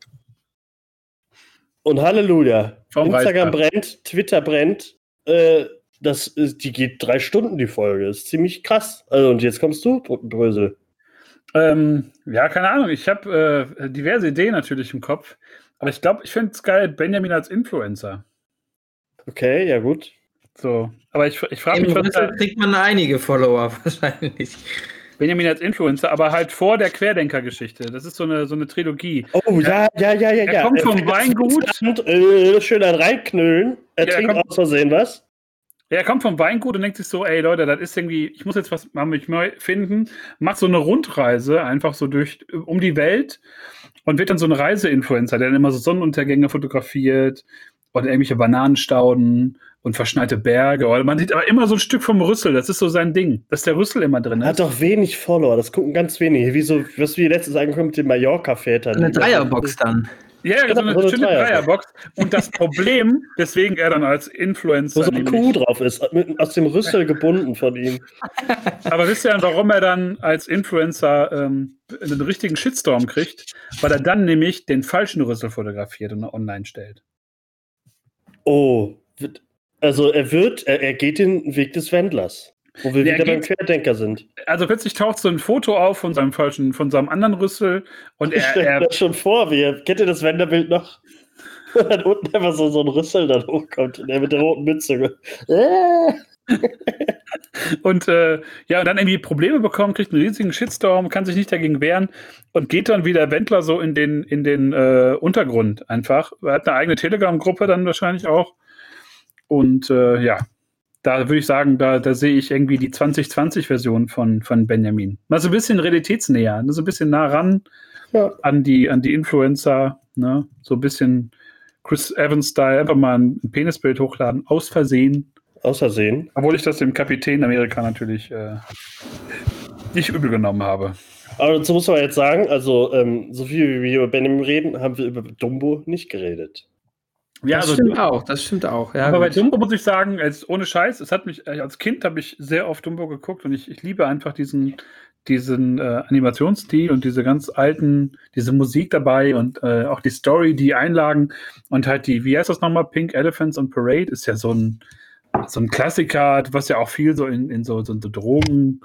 und Halleluja. Instagram brennt, Twitter brennt, die geht 3 Stunden, die Folge. Das ist ziemlich krass. Also, und jetzt kommst du, Brösel. Ja, keine Ahnung. Ich habe diverse Ideen natürlich im Kopf. Aber ich glaube, ich finde es geil, Benjamin als Influencer. Okay, ja gut. So, aber ich frage mich, was kriegt man einige Follower wahrscheinlich. Benjamin als Influencer, aber halt vor der Querdenker-Geschichte. Das ist so eine Trilogie. Oh, ja. Er kommt vom Weingut. Schön ein reinknüllen. Er trinkt aus Versehen was. Ja, er kommt vom Weingut und denkt sich so, ey Leute, das ist irgendwie, ich muss jetzt was mich neu finden. Macht so eine Rundreise einfach so um die Welt und wird dann so ein Reiseinfluencer, der dann immer so Sonnenuntergänge fotografiert und irgendwelche Bananenstauden und verschneite Berge. Oder man sieht aber immer so ein Stück vom Rüssel. Das ist so sein Ding, dass der Rüssel immer drin ist. Hat doch wenig Follower, das gucken ganz wenige. Wie so, was wir letztens angekommen mit den Mallorca-Vätern. Eine Dreierbox dann. Ja, so eine schöne Dreierbox. Und das Problem, weswegen er dann als Influencer. Wo so eine Kuh drauf ist, aus dem Rüssel gebunden von ihm. Aber wisst ihr, warum er dann als Influencer einen richtigen Shitstorm kriegt? Weil er dann nämlich den falschen Rüssel fotografiert und online stellt. Oh, also er geht den Weg des Wendlers. Wo wir wieder beim Querdenker sind. Also plötzlich taucht so ein Foto auf von seinem anderen Rüssel und ich stelle mir das schon vor, kennt ihr das Wenderbild noch? Wo dann unten einfach so ein Rüssel dann hochkommt und er mit der roten Mütze. Und und dann irgendwie Probleme bekommen, kriegt einen riesigen Shitstorm, kann sich nicht dagegen wehren und geht dann wie der Wendler so in den Untergrund einfach. Er hat eine eigene Telegram-Gruppe dann wahrscheinlich auch. Und da würde ich sagen, da sehe ich irgendwie die 2020-Version von Benjamin. Mal so ein bisschen realitätsnäher, ne? So ein bisschen nah ran an die Influencer, ne? So ein bisschen Chris Evans-Style, einfach mal ein Penisbild hochladen, aus Versehen. Obwohl ich das dem Kapitän Amerika natürlich nicht übel genommen habe. Aber dazu muss man jetzt sagen, also so viel wie wir über Benjamin reden, haben wir über Dumbo nicht geredet. Ja, das stimmt auch. Ja, aber bei Dumbo muss ich sagen, ohne Scheiß, es hat mich, als Kind habe ich sehr oft Dumbo geguckt und ich liebe einfach diesen Animationsstil und diese ganz alten, diese Musik dabei und auch die Story, die Einlagen und halt wie heißt das nochmal? Pink Elephants on Parade ist ja so ein Klassiker, was ja auch viel so in so Drogen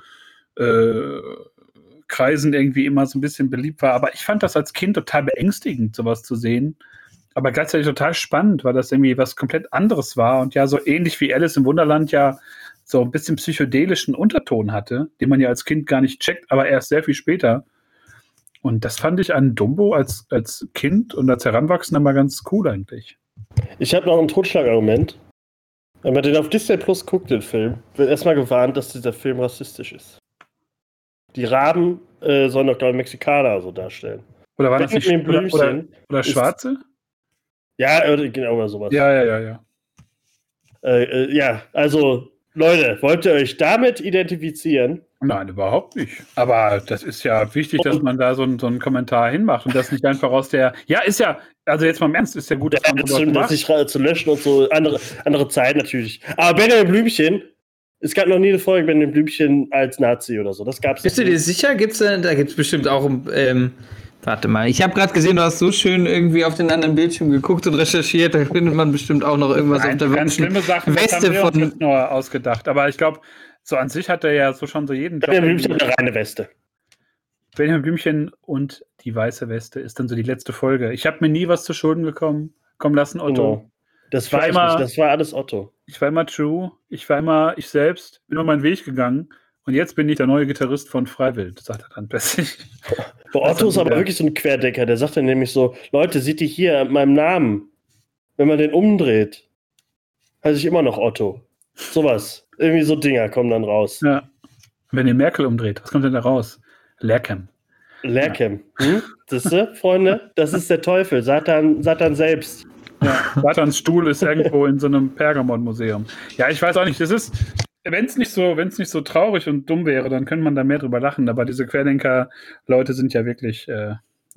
Kreisen irgendwie immer so ein bisschen beliebt war. Aber ich fand das als Kind total beängstigend, sowas zu sehen. Aber gleichzeitig total spannend, weil das irgendwie was komplett anderes war und ja so ähnlich wie Alice im Wunderland ja so ein bisschen psychedelischen Unterton hatte, den man ja als Kind gar nicht checkt, aber erst sehr viel später. Und das fand ich an Dumbo als Kind und als Heranwachsender mal ganz cool eigentlich. Ich habe noch ein Totschlagargument. Wenn man den auf Disney Plus guckt, den Film, wird erstmal gewarnt, dass dieser Film rassistisch ist. Die Raben sollen doch, glaube ich, Mexikaner so darstellen. Oder waren das nicht oder Schwarze? Ja, genau, oder sowas. Ja. Also, Leute, wollt ihr euch damit identifizieren? Nein, überhaupt nicht. Aber das ist ja wichtig, dass man da so einen Kommentar hinmacht und das nicht einfach aus der. Ja, ist ja, also jetzt mal im Ernst, ist ja gut, dass man sowas macht. Das nicht zu löschen und so, andere Zeit natürlich. Aber Benjamin Blümchen, es gab noch nie eine Folge Benjamin Blümchen als Nazi oder so. Das gab's. Bist du dir sicher? Da gibt's bestimmt auch warte mal, ich habe gerade gesehen, du hast so schön irgendwie auf den anderen Bildschirm geguckt und recherchiert, da findet man bestimmt auch noch irgendwas auf der ganz schlimme Sachen, Weste das haben wir uns nur ausgedacht. Aber ich glaube, so an sich hat er ja so schon so jeden Job. Benjamin Blümchen hat eine reine Weste. Benjamin Blümchen und die weiße Weste ist dann so die letzte Folge. Ich habe mir nie was zu Schulden kommen lassen, Otto. Oh, das war immer, das war alles Otto. Ich war immer true, ich war immer ich selbst, bin immer meinen Weg gegangen. Und jetzt bin ich der neue Gitarrist von Freiwild, sagt er dann plötzlich. Otto ist aber wirklich so ein Querdecker, der sagt dann nämlich so, Leute, seht ihr hier an meinem Namen, wenn man den umdreht, heiße ich immer noch Otto. Sowas. Irgendwie so Dinger kommen dann raus. Ja. Wenn ihr Merkel umdreht, was kommt denn da raus? Lerchem. Lerchem. Ja. Siehst du, Freunde? Das ist der Teufel, Satan selbst. Ja, Satans Stuhl ist irgendwo in so einem Pergamon-Museum. Ja, ich weiß auch nicht, das ist... Wenn es nicht so traurig und dumm wäre, dann könnte man da mehr drüber lachen. Aber diese Querdenker-Leute sind ja wirklich,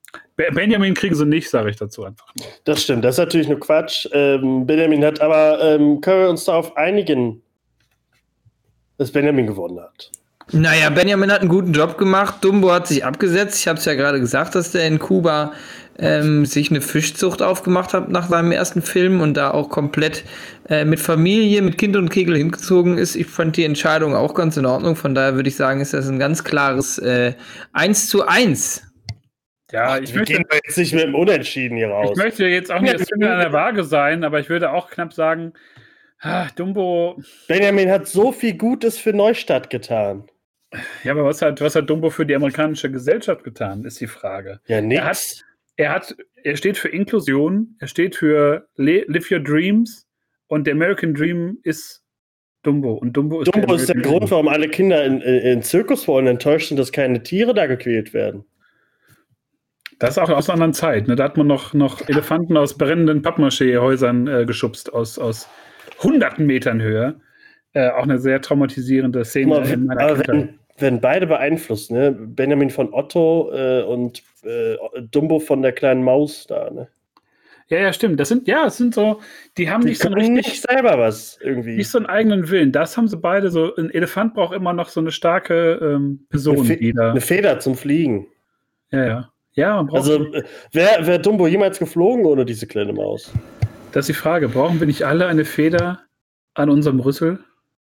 Benjamin kriegen sie nicht, sage ich dazu einfach nur. Das stimmt, das ist natürlich nur Quatsch. Benjamin hat aber, können wir uns darauf einigen, dass Benjamin gewonnen hat? Naja, Benjamin hat einen guten Job gemacht. Dumbo hat sich abgesetzt. Ich habe es ja gerade gesagt, dass der in Kuba sich eine Fischzucht aufgemacht hat nach seinem ersten Film und da auch komplett mit Familie, mit Kind und Kegel hingezogen ist. Ich fand die Entscheidung auch ganz in Ordnung. Von daher würde ich sagen, ist das ein ganz klares 1:1. Ja, wir gehen jetzt nicht mit dem Unentschieden hier raus. Ich möchte jetzt auch nicht an der Waage sein, aber ich würde auch knapp sagen, Dumbo. Benjamin hat so viel Gutes für Neustadt getan. Ja, aber was hat Dumbo für die amerikanische Gesellschaft getan, ist die Frage. Ja, nichts. Er steht für Inklusion, er steht für Live Your Dreams und der American Dream ist Dumbo. Und Dumbo ist der Grund, warum alle Kinder in Zirkus wollen, enttäuscht sind, dass keine Tiere da gequält werden. Das ist auch aus einer anderen Zeit. Ne? Da hat man noch Elefanten aus brennenden Pappmaché-Häusern geschubst, aus hunderten Metern Höhe. Auch eine sehr traumatisierende Szene in meiner Kindheit. Wenn beide beeinflusst, ne? Benjamin von Otto und Dumbo von der kleinen Maus da, ne? Ja, stimmt. Es sind so, die haben nicht so nicht selber was irgendwie. Nicht so einen eigenen Willen. Das haben sie beide so. Ein Elefant braucht immer noch so eine starke Person. Eine Feder zum Fliegen. Ja. Ja, man braucht. Also, wäre Dumbo jemals geflogen ohne diese kleine Maus? Das ist die Frage. Brauchen wir nicht alle eine Feder an unserem Rüssel?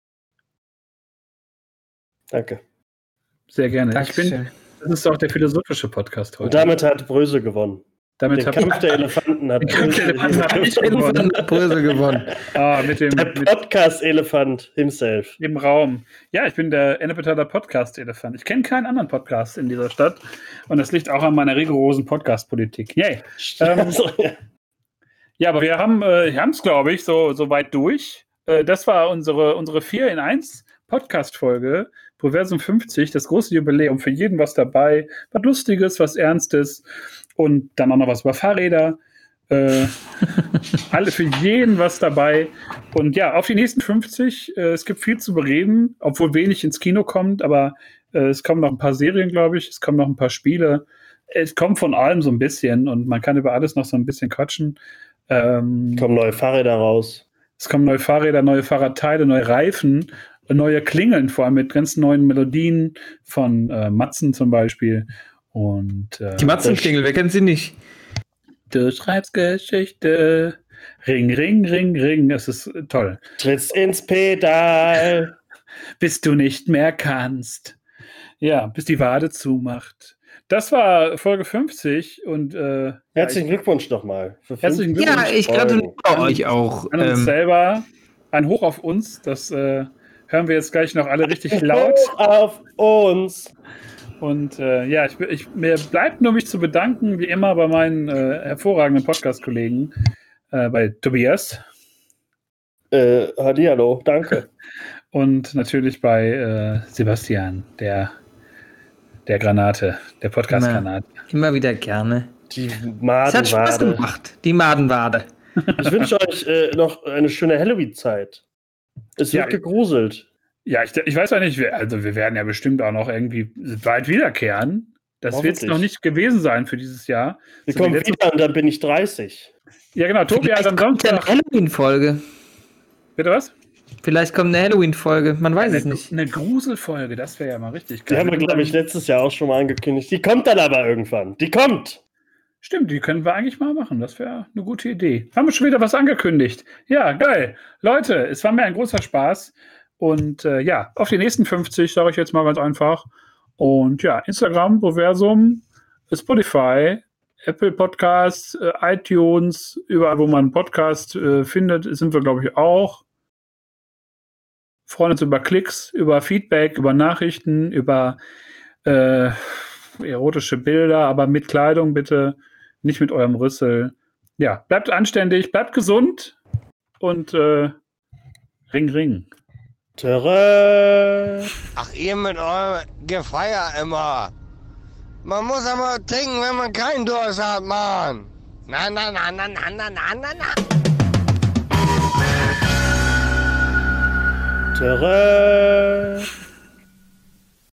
Danke. Sehr gerne. Dankeschön. Das ist auch der philosophische Podcast heute. Und damit hat Brösel gewonnen. Den Kampf der Elefanten hat Brösel gewonnen. Mit der Podcast-Elefant himself. Im Raum. Ja, ich bin der Ennepetaler Podcast-Elefant. Ich kenne keinen anderen Podcast in dieser Stadt. Und das liegt auch an meiner rigorosen Podcast-Politik. Yay. Ja, aber wir haben es, glaube ich, so weit durch. Das war unsere 4 in 1 Podcast-Folge, Proversum 50, das große Jubiläum, für jeden was dabei, was Lustiges, was Ernstes und dann auch noch was über Fahrräder. Alle für jeden was dabei. Und ja, auf die nächsten 50, es gibt viel zu bereden, obwohl wenig ins Kino kommt, aber es kommen noch ein paar Serien, glaube ich, es kommen noch ein paar Spiele. Es kommt von allem so ein bisschen und man kann über alles noch so ein bisschen quatschen. Kommen neue Fahrräder raus. Es kommen neue Fahrräder, neue Fahrradteile, neue Reifen, neue Klingeln, vor allem mit ganz neuen Melodien von Matzen zum Beispiel. Und, die Matzenklingel, wer kennt sie nicht? Du schreibst Geschichte. Ring, ring, ring, ring. Es ist toll. Trittst ins Pedal. Bis du nicht mehr kannst. Ja, bis die Wade zumacht. Das war Folge 50 und herzlichen Glückwunsch nochmal. Herzlichen Glückwunsch. Ja, ich gratuliere euch auch. An uns selber. Ein Hoch auf uns. Das hören wir jetzt gleich noch alle richtig laut. Hoch auf uns. Und mir bleibt nur mich zu bedanken, wie immer, bei meinen hervorragenden Podcast-Kollegen, bei Tobias. Hallihallo, danke. Und natürlich bei Sebastian, der Granate, der Podcast-Granate. Immer wieder gerne. Die Madenwade. Es hat Spaß gemacht, die Madenwade. Ich wünsche euch noch eine schöne Halloween-Zeit. Es wird gegruselt. Ja, ich weiß ja nicht, wir werden ja bestimmt auch noch irgendwie bald wiederkehren. Das wird es noch nicht gewesen sein für dieses Jahr. Wir kommen wieder und dann bin ich 30. Ja, genau. Tobi hat am Sonntag eine Halloween-Folge. Bitte was? Vielleicht kommt eine Halloween-Folge, man weiß es nicht. Eine Gruselfolge, das wäre ja mal richtig geil. Die haben wir, glaube ich, letztes Jahr auch schon mal angekündigt. Die kommt dann aber irgendwann. Die kommt! Stimmt, die können wir eigentlich mal machen. Das wäre eine gute Idee. Haben wir schon wieder was angekündigt. Ja, geil. Leute, es war mir ein großer Spaß. Und auf die nächsten 50, sage ich jetzt mal ganz einfach. Und ja, Instagram, Proversum, Spotify, Apple Podcasts, iTunes, überall, wo man einen Podcast findet, sind wir, glaube ich, auch. Freuen uns über Klicks, über Feedback, über Nachrichten, über erotische Bilder, aber mit Kleidung bitte, nicht mit eurem Rüssel. Ja, bleibt anständig, bleibt gesund und Ring, Ring. Tere. Ach, ihr mit eurem Gefeier immer. Man muss aber trinken, wenn man keinen Durst hat, Mann. Na. Tere.